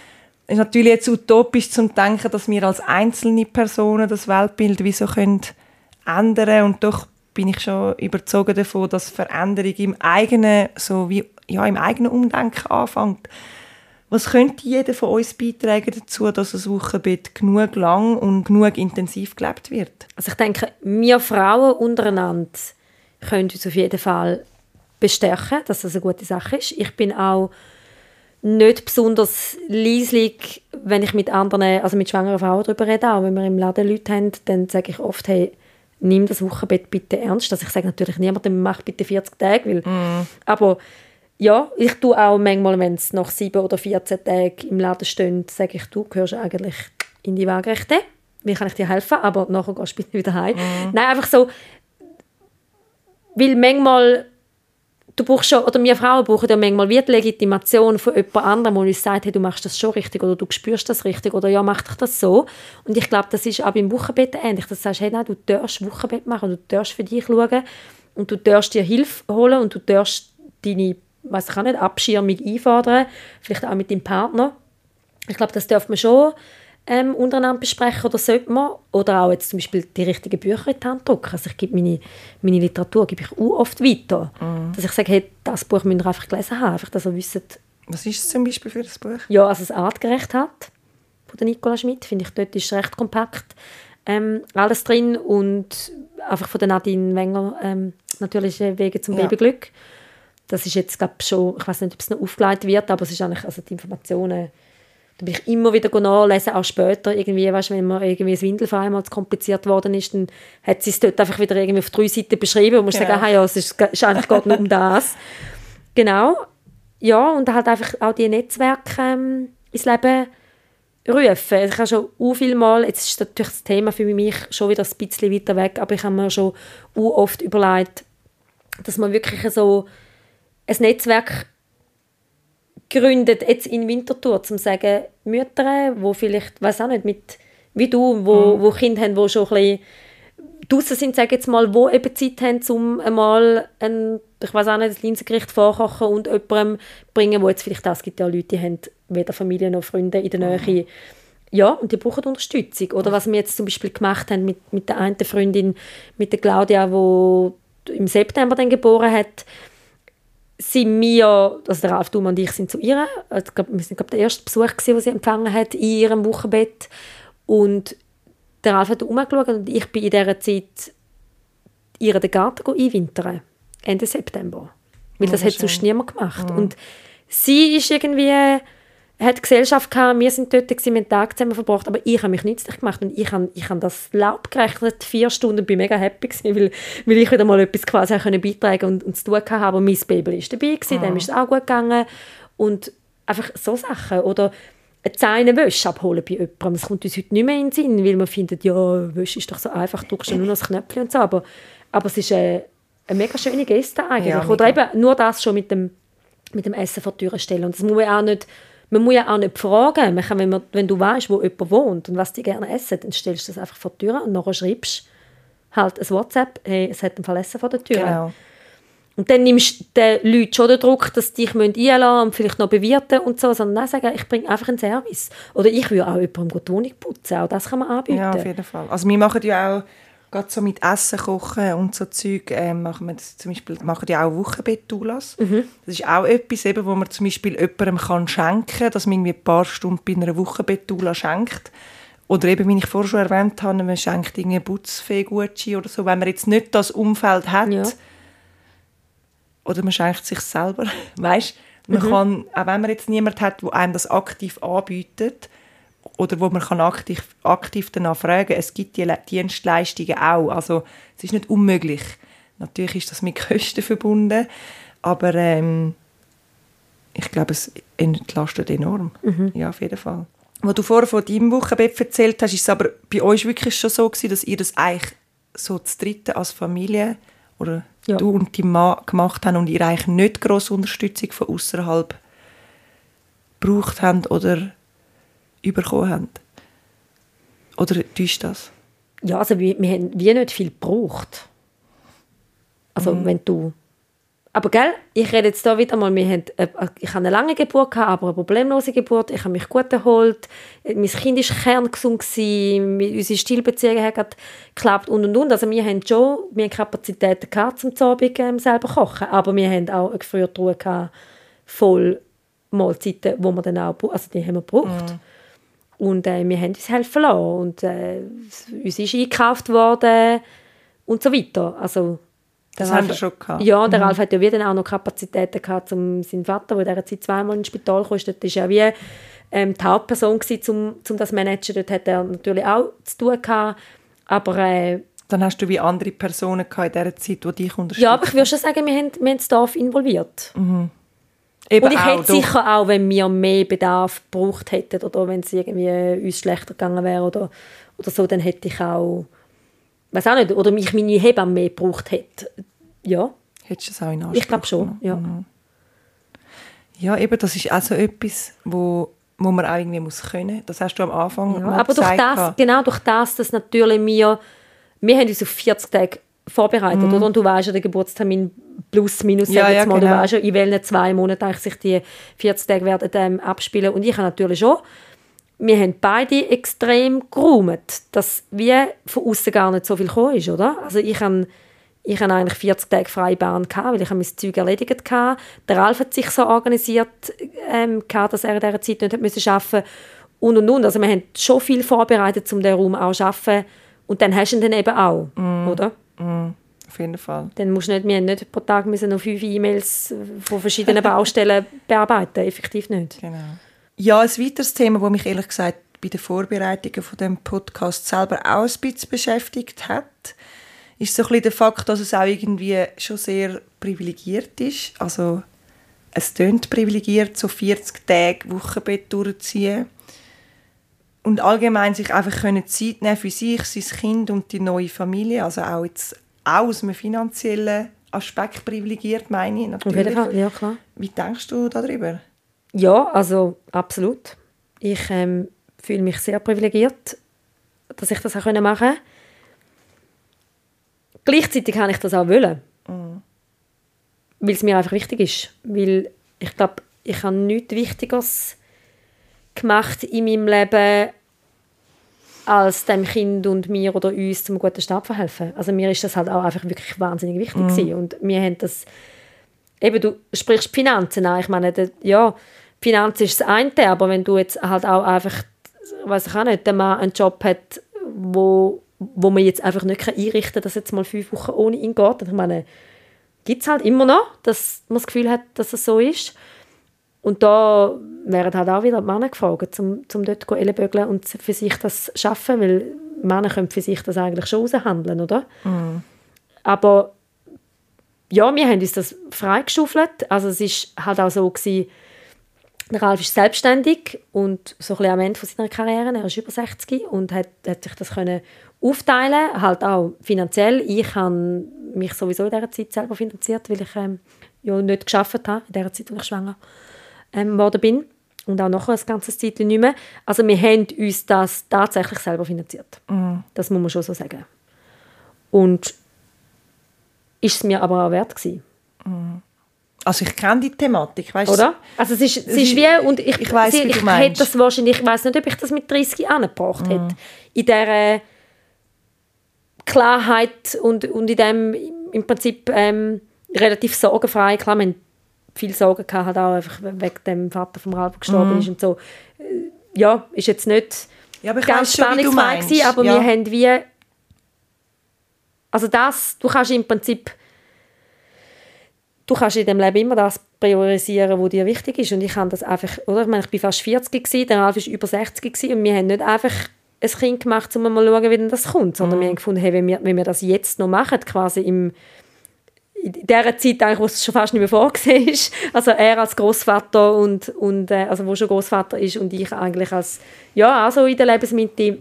Speaker 1: Es ist natürlich jetzt utopisch zu denken, dass wir als einzelne Personen das Weltbild wie so können ändern und doch bin ich schon überzeugt davon, dass Veränderung im eigenen, so wie, ja, im eigenen Umdenken anfängt. Was könnte jeder von uns beitragen dazu, dass das Wochenbett genug lang und genug intensiv gelebt wird?
Speaker 2: Also ich denke, wir Frauen untereinander können uns auf jeden Fall bestärken, dass das eine gute Sache ist. Ich bin auch nicht besonders leislich, wenn ich mit anderen, also mit schwangeren Frauen darüber rede, auch wenn wir im Laden Leute haben, dann sage ich oft, hey, nimm das Wochenbett bitte ernst. Also ich sage natürlich niemandem, mach bitte vierzig Tage, weil,
Speaker 1: Mm.
Speaker 2: aber ja, ich tue auch manchmal, wenn es nach sieben oder vierzehn Tagen im Laden steht, sage ich, du gehörst eigentlich in die Waagerechte. Wie kann ich dir helfen? Aber nachher gehst du bitte wieder heim.
Speaker 1: Mm.
Speaker 2: Nein, einfach so, weil manchmal du brauchst schon, oder wir Frauen brauchen ja manchmal wie die Legitimation von jemand anderem, der uns sagt, hey, du machst das schon richtig oder du spürst das richtig oder ja, mach dich das so. Und ich glaube, das ist auch beim Wochenbett ähnlich. Dass du sagst, hey, nein, du darfst Wochenbett machen, du darfst für dich schauen und du darfst dir Hilfe holen und du darfst deine, weiss ich auch nicht, Abschirmung einfordern, vielleicht auch mit deinem Partner. Ich glaube, das darf man schon ähm, untereinander besprechen oder sollte man. Oder auch jetzt zum Beispiel die richtigen Bücher in die Hand drücken. Also ich gebe meine, meine Literatur gebe ich auch oft weiter. Mhm. Dass ich sage, hey, das Buch müsst ihr einfach gelesen haben. Einfach, dass ihr wisst.
Speaker 1: Was ist es zum Beispiel für ein Buch?
Speaker 2: Ja, also das Artgerecht hat von der Nicola Schmidt. Finde ich, dort ist recht kompakt ähm, alles drin. Und einfach von der Nadine Wenger ähm, natürlich Wege zum ja. Babyglück. Das ist jetzt, glaube ich, schon, ich weiß nicht, ob es noch aufgelegt wird, aber es ist eigentlich, also die Informationen, da bin ich immer wieder nachlesen, auch später, irgendwie, weißt, wenn mir irgendwie das Windelfrei einmal zu kompliziert worden ist, dann hat sie es dort einfach wieder irgendwie auf drei Seiten beschrieben und muss genau. sagen, ah, ja, es ist, ist eigentlich geht nur um das. Genau, ja, und halt einfach auch die Netzwerke ähm, ins Leben rufen. Ich habe schon u viel Mal, jetzt ist natürlich das Thema für mich schon wieder ein bisschen weiter weg, aber ich habe mir schon u oft überlegt, dass man wirklich so ein Netzwerk gründet, jetzt in Winterthur, um zu sagen, Mütter, die vielleicht, weiß auch nicht, mit, wie du, wo, mhm. wo Kinder haben, die schon ein bisschen draussen sind, sage jetzt mal, wo eben Zeit haben, um einmal ein, ich weiß auch nicht, das Linsengericht vorkochen und jemandem bringen, wo jetzt vielleicht auch, es gibt ja Leute, die haben weder Familie noch Freunde in der Nähe. Mhm. Ja, und die brauchen Unterstützung. Oder was wir jetzt zum Beispiel gemacht haben mit, mit der einen Freundin, mit der Claudia, die im September dann geboren hat, sind wir, also der Ralf Thuma und ich sind zu ihr, ich glaube, wir sind glaube der erste Besuch gewesen, den sie empfangen hat in ihrem Wochenbett, und der Ralf hat umgeschaut und ich bin in dieser Zeit ihr den Garten einwintern, Ende September, weil das hat sonst niemand gemacht. Mhm. Und sie ist irgendwie, hat Gesellschaft gehabt, wir sind dort, gewesen, wir haben einen Tag zusammen verbracht, aber ich habe mich nützlich gemacht und ich habe, ich habe das Laub gerechnet, vier Stunden, bin mega happy gewesen, weil, weil ich wieder mal etwas quasi können beitragen und, und zu tun hatte, aber mein Baby war dabei gewesen, mhm. dem ist es auch gut gegangen und einfach so Sachen. Oder eine Zähnewäsche abholen bei jemandem, das kommt uns heute nicht mehr in den Sinn, weil man findet, ja, Wäsche ist doch so einfach, du drückst nur noch das Knöpfchen und so, aber, aber es ist eine, eine mega schöne Geste eigentlich. Ja, oder eben nur das schon mit dem, mit dem Essen vor die Tür stellen und das muss man auch nicht. Man muss ja auch nicht fragen. Man kann, wenn, man, wenn du weißt, wo jemand wohnt und was die gerne essen, dann stellst du das einfach vor die Tür und nachher schreibst halt ein WhatsApp, hey, es hat ein Verlessen vor der Tür.
Speaker 1: Genau.
Speaker 2: Und dann nimmst du den Leuten schon den Druck, dass die dich einladen und vielleicht noch bewirten und so, sondern nein, sagen, ich bringe einfach einen Service. Oder ich will auch jemandem die Wohnung putzen, auch das kann man anbieten.
Speaker 1: Ja, auf jeden Fall. Also wir machen ja auch gerade so mit Essen kochen und so Zeug, äh, machen wir das zum Beispiel, machen ja auch Wochenbett-Doulas. Mhm. Das ist auch etwas, eben, wo man zum Beispiel jemandem kann schenken kann, dass man irgendwie ein paar Stunden bei einer Wochenbett-Doula schenkt. Oder eben, wie ich vorher schon erwähnt habe, man schenkt einen Putzfee-Gutschein oder so, wenn man jetzt nicht das Umfeld hat. Ja. Oder man schenkt sich selber. Weißt, man mhm. kann, auch wenn man jetzt niemanden hat, der einem das aktiv anbietet, oder wo man kann aktiv, aktiv danach fragen kann. Es gibt die Dienstleistungen auch. Also es ist nicht unmöglich. Natürlich ist das mit Kosten verbunden, aber ähm, ich glaube, es entlastet enorm. Mhm. Ja, auf jeden Fall. Als du vorher von deinem Wochenbett erzählt hast, ist es aber bei euch wirklich schon so gewesen, dass ihr das eigentlich so zu dritt als Familie oder ja. du und dein Mann gemacht habt und ihr eigentlich nicht grosse Unterstützung von außerhalb gebraucht habt oder bekommen haben? Oder täuscht das?
Speaker 2: Ja, also wir, wir haben wie nicht viel gebraucht. Also mhm. wenn du... Aber gell, ich rede jetzt da wieder mal, wir haben, äh, ich hatte eine lange Geburt, gehabt, aber eine problemlose Geburt, ich habe mich gut erholt, mein Kind war kerngesund, unsere Stillbeziehungen haben geklappt und und und. Also wir haben schon wir haben Kapazitäten gehabt, zum Abend ähm, selber kochen, aber wir haben auch eine Gefriertruhe gehabt, voll Mahlzeiten, die wir dann auch, also die haben wir gebraucht. Mhm. Und äh, wir haben uns helfen lassen. Und äh, uns ist eingekauft worden und so weiter. Also,
Speaker 1: das haben wir schon gehabt.
Speaker 2: Ja, der mhm. Ralf hat ja wieder auch noch Kapazitäten gehabt, um seinen Vater, der in dieser Zeit zweimal ins Spital kam. Das war ja wie ähm, die Hauptperson, um, um das zu managen. Dort hat er natürlich auch zu tun gehabt. Aber... Äh,
Speaker 1: dann hast du wie andere Personen gehabt in dieser Zeit, die dich unterstützen.
Speaker 2: Ja, aber ich würde schon sagen, wir haben, wir haben das Dorf involviert.
Speaker 1: Mhm.
Speaker 2: Eben und ich hätte doch. sicher auch, wenn wir mehr Bedarf gebraucht hätten oder wenn es irgendwie uns schlechter gegangen wäre oder, oder so, dann hätte ich auch, weiß auch nicht, oder mich meine Hebamme mehr gebraucht hätte. Ja.
Speaker 1: Hättest du das auch in Anspruch?
Speaker 2: Ich glaube schon, ja.
Speaker 1: Mhm. Ja, eben, das ist also etwas, wo, wo man auch irgendwie muss können. Das hast du am Anfang
Speaker 2: ja, mal aber gesagt. Durch das, genau durch das, dass natürlich wir, wir haben uns auf vierzig Tage vorbereitet, mhm. oder? Und du weißt ja, der Geburtstermin plus, minus,
Speaker 1: ja, ja,
Speaker 2: mal,
Speaker 1: genau.
Speaker 2: du weißt ja, in welchen zwei Monaten sich die vierzig Tage werden ähm, abspielen. Und ich habe natürlich schon wir haben beide extrem geräumt, dass wie von außen gar nicht so viel gekommen ist, oder? Also ich habe ich habe eigentlich vierzig Tage freie Bahn gehabt, weil ich mein Zeug erledigt hatte. Der Ralf hat sich so organisiert, ähm, gehabt, dass er in dieser Zeit nicht arbeiten musste. Und, und, und. Also wir haben schon viel vorbereitet, um diesen Raum auch zu arbeiten. Und dann hast du ihn dann eben auch, mm. oder?
Speaker 1: Mm. Auf jeden Fall.
Speaker 2: Dann musst du nicht, wir haben nicht pro Tag müssen noch fünf E-Mails von verschiedenen Baustellen bearbeiten, effektiv nicht.
Speaker 1: Genau. Ja, ein weiteres Thema, das mich ehrlich gesagt bei den Vorbereitungen von dem Podcast selber auch ein bisschen beschäftigt hat, ist so ein bisschen der Fakt, dass es auch irgendwie schon sehr privilegiert ist. Also es tönt privilegiert, so vierzig Tage Wochenbett durchzuziehen und allgemein sich einfach können Zeit nehmen für sich, sein Kind und die neue Familie, also auch jetzt auch aus einem finanziellen Aspekt privilegiert, meine ich natürlich.
Speaker 2: Auf jeden Fall, ja klar.
Speaker 1: Wie denkst du darüber?
Speaker 2: Ja, also absolut. Ich ähm, fühle mich sehr privilegiert, dass ich das auch machen konnte. Gleichzeitig kann ich das auch wollen. Mhm. Weil es mir einfach wichtig ist. Weil ich glaube, ich habe nichts Wichtigeres gemacht in meinem Leben, als dem Kind und mir oder uns zum guten Start verhelfen. Also mir ist das halt auch einfach wirklich wahnsinnig wichtig mhm. gewesen. Und wir haben das, eben du sprichst Finanzen an, ich meine, der, ja, Finanzen ist das eine, aber wenn du jetzt halt auch einfach, weiß ich auch nicht, der Mann einen Job hat, wo, wo man jetzt einfach nicht einrichten kann, dass jetzt mal fünf Wochen ohne ihn geht. Ich meine, gibt es halt immer noch, dass man das Gefühl hat, dass es so ist. Und da wären halt auch wieder die Männer gefragt, um, um dort zu ellenbögeln und für sich das zu schaffen, weil Männer können für sich das eigentlich schon aushandeln, oder? Mm. Aber ja, wir haben uns das freigeschaufelt. Also es war halt auch so gewesen, der Ralf ist selbstständig und so ein bisschen am Ende seiner Karriere, er ist über sechzig und hat, hat sich das können aufteilen, halt auch finanziell. Ich habe mich sowieso in dieser Zeit selber finanziert, weil ich ähm, ja nicht gearbeitet habe, in der Zeit, als ich schwanger ähm, geworden bin. Und auch nachher ein ganzes Zeit nicht mehr. Also wir haben uns das tatsächlich selber finanziert. Mhm. Das muss man schon so sagen. Und ist es mir aber auch wert gewesen.
Speaker 1: Mhm. Also ich kenne die Thematik, weißt du?
Speaker 2: Oder? Also es ist, es ist wie, und ich,
Speaker 1: ich weiss,
Speaker 2: sie,
Speaker 1: wie du
Speaker 2: ich
Speaker 1: meinst.
Speaker 2: hätte das wahrscheinlich, ich weiss nicht, ob ich das mit dreißig angebracht mhm. hätte. In dieser Klarheit und, und in dem im Prinzip ähm, relativ sorgenfrei. Klar, wir hatten viele Sorgen gehabt, halt auch einfach wegen dem Vater vom Ralf gestorben mhm. ist und so. Ja, ist jetzt nicht
Speaker 1: ja, aber
Speaker 2: ganz spannungsfrei gewesen, aber ja. wir haben wie, also das, du kannst im Prinzip, du kannst in dem Leben immer das priorisieren, was dir wichtig ist, und ich habe das einfach, oder? Ich meine, ich war fast vierzig gewesen, der Ralf war über sechzig gewesen, und wir haben nicht einfach ein Kind gemacht, um mal zu schauen, wie denn das kommt, sondern mhm. wir haben gefunden, hey, wenn wir, wenn wir das jetzt noch machen, quasi im, in dieser Zeit, eigentlich, wo es schon fast nicht mehr vorgesehen ist, also er als Großvater und, und äh, also wo schon Großvater ist und ich eigentlich als, ja, also in der Lebensmitte,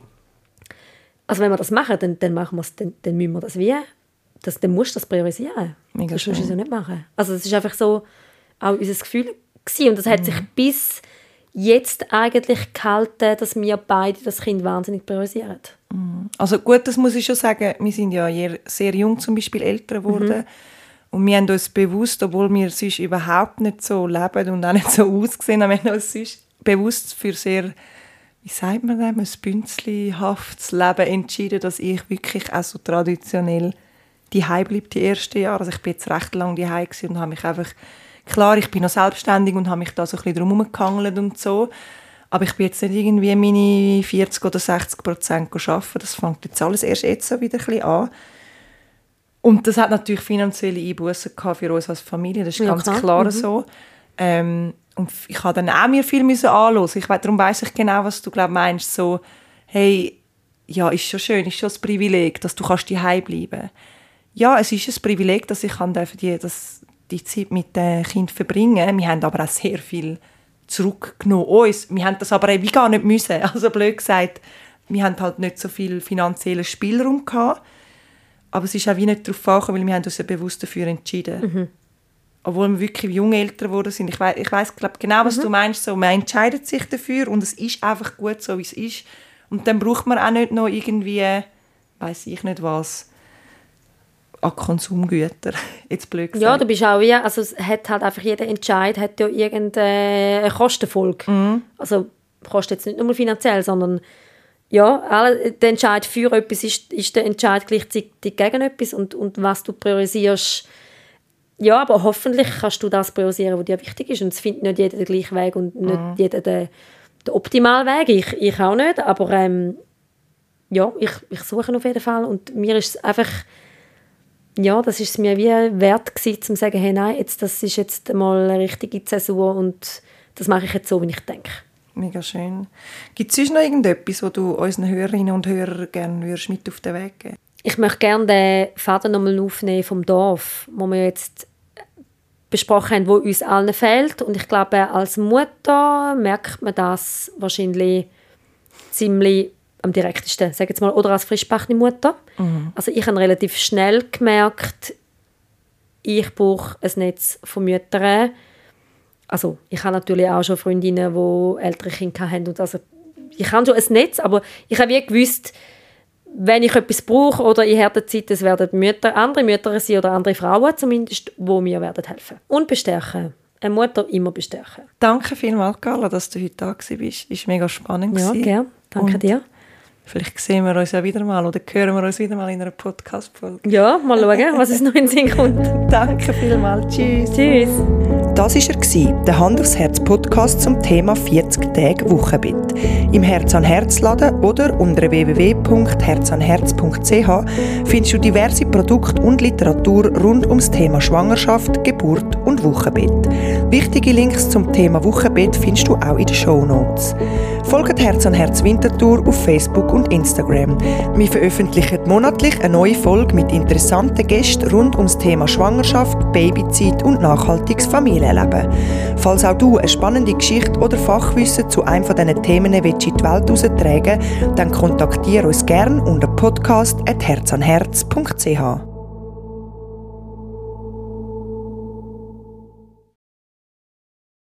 Speaker 2: also wenn wir das machen, dann, dann machen wir es, dann, dann müssen wir das wie, das, dann musst du das priorisieren.
Speaker 1: Mega
Speaker 2: das
Speaker 1: schön.
Speaker 2: musst du so nicht machen. Also es ist einfach so auch unser Gefühl gewesen, und das hat mhm. sich bis jetzt eigentlich gehalten, dass wir beide das Kind wahnsinnig priorisieren.
Speaker 1: Also gut, das muss ich schon sagen, wir sind ja sehr jung zum Beispiel Eltern geworden. Mhm. Und wir haben uns bewusst, obwohl wir sonst überhaupt nicht so leben und auch nicht so aussehen, haben wir uns sonst bewusst für sehr, wie sagt man das, ein bünzlihaftes Leben entschieden, dass ich wirklich auch so traditionell daheim bleibe die ersten Jahre. Also ich bin jetzt recht lange daheim und habe mich einfach, klar, ich bin noch selbstständig und habe mich da so ein bisschen drum herumgehangelt und so, aber ich bin jetzt nicht irgendwie meine vierzig oder sechzig Prozent arbeiten. Das fängt jetzt alles erst jetzt so wieder ein bisschen an. Und das hat natürlich finanzielle Einbußen für uns als Familie, das ist ja, ganz klar, klar mhm. so. Ähm, und ich habe dann auch mir viel anhören. Ich weiss, darum weiss ich genau, was du glaub, meinst. So, hey, ja, ist schon schön, ist schon ein Privileg, dass du daheim bleiben kannst. Ja, es ist ein Privileg, dass ich die, das, die Zeit mit dem Kind verbringen kann. Wir haben aber auch sehr viel zurückgenommen. Uns. Wir haben das aber wie gar nicht müssen. Also blöd gesagt, wir haben halt nicht so viel finanziellen Spielraum gehabt. Aber es ist auch wie nicht darauf angekommen, weil wir haben uns ja bewusst dafür entschieden. Mhm. Obwohl wir wirklich junge Eltern geworden sind. Ich weiss, ich weiss glaub, genau, was mhm. du meinst. So, man entscheidet sich dafür und es ist einfach gut, so wie es ist. Und dann braucht man auch nicht noch irgendwie, weiss ich nicht was, an Konsumgüter. Jetzt blöd gesagt.
Speaker 2: Ja, du bist auch wie, also es hat halt einfach jeder Entscheid hat ja irgendeine Kostenfolge. Mhm. Also kostet jetzt nicht nur finanziell, sondern ja, alle, der Entscheid für etwas ist, ist der Entscheid gleichzeitig gegen etwas und, und was du priorisierst. Ja, aber hoffentlich kannst du das priorisieren, was dir wichtig ist. Und es findet nicht jeder den gleichen Weg und nicht mhm. jeder den, den optimalen Weg. Ich, ich auch nicht, aber ähm, ja, ich, ich suche auf jeden Fall. Und mir ist es einfach, ja, das ist es mir wie wert gewesen, zu sagen, hey, nein, jetzt, das ist jetzt mal eine richtige Zäsur und das mache ich jetzt so, wie ich denke.
Speaker 1: Mega schön. Gibt es sonst noch irgendetwas, was du unseren Hörerinnen und Hörern gerne würdest mit auf den Weg geben?
Speaker 2: Ich möchte gerne den Faden nochmal aufnehmen vom Dorf, wo wir jetzt besprochen haben, wo uns allen fehlt. Und ich glaube, als Mutter merkt man das wahrscheinlich ziemlich am direktesten, sage jetzt mal, oder als frischgebackene Mutter. Mhm. Also ich habe relativ schnell gemerkt, ich brauche ein Netz von Müttern. Also ich habe natürlich auch schon Freundinnen, die ältere Kinder haben. Und also, ich habe schon ein Netz, aber ich habe wie gewusst, wenn ich etwas brauche oder in harter Zeit, es werden Mütter, andere Mütter sein oder andere Frauen zumindest, die mir werden helfen. Und bestärken. Eine Mutter immer bestärken.
Speaker 1: Danke vielmals, Carla, dass du heute da warst. Es war mega spannend.
Speaker 2: Ja, gerne. Danke und dir.
Speaker 1: Vielleicht sehen wir uns ja wieder mal oder hören wir uns wieder mal in einer Podcast-Folge.
Speaker 2: Ja, mal schauen, was es noch in den Sinn kommt.
Speaker 1: Danke vielmals. Tschüss.
Speaker 2: Tschüss.
Speaker 1: Das war der Hand aufs Herz Podcast zum Thema vierzig Tage Wochenbett. Im Herz an Herz Laden oder unter w w w punkt herz an herz punkt c h findest du diverse Produkte und Literatur rund ums Thema Schwangerschaft, Geburt und Wochenbett. Wichtige Links zum Thema Wochenbett findest du auch in den Shownotes. Folgt Herz an Herz Winterthur auf Facebook und Instagram. Wir veröffentlichen monatlich eine neue Folge mit interessanten Gästen rund ums Thema Schwangerschaft, Babyzeit und nachhaltiges Familienleben. Falls auch du eine spannende Geschichte oder Fachwissen zu einem dieser Themen in die Welt heraustragen willst, dann kontaktiere uns gerne unter podcast at herz an herz punkt c h.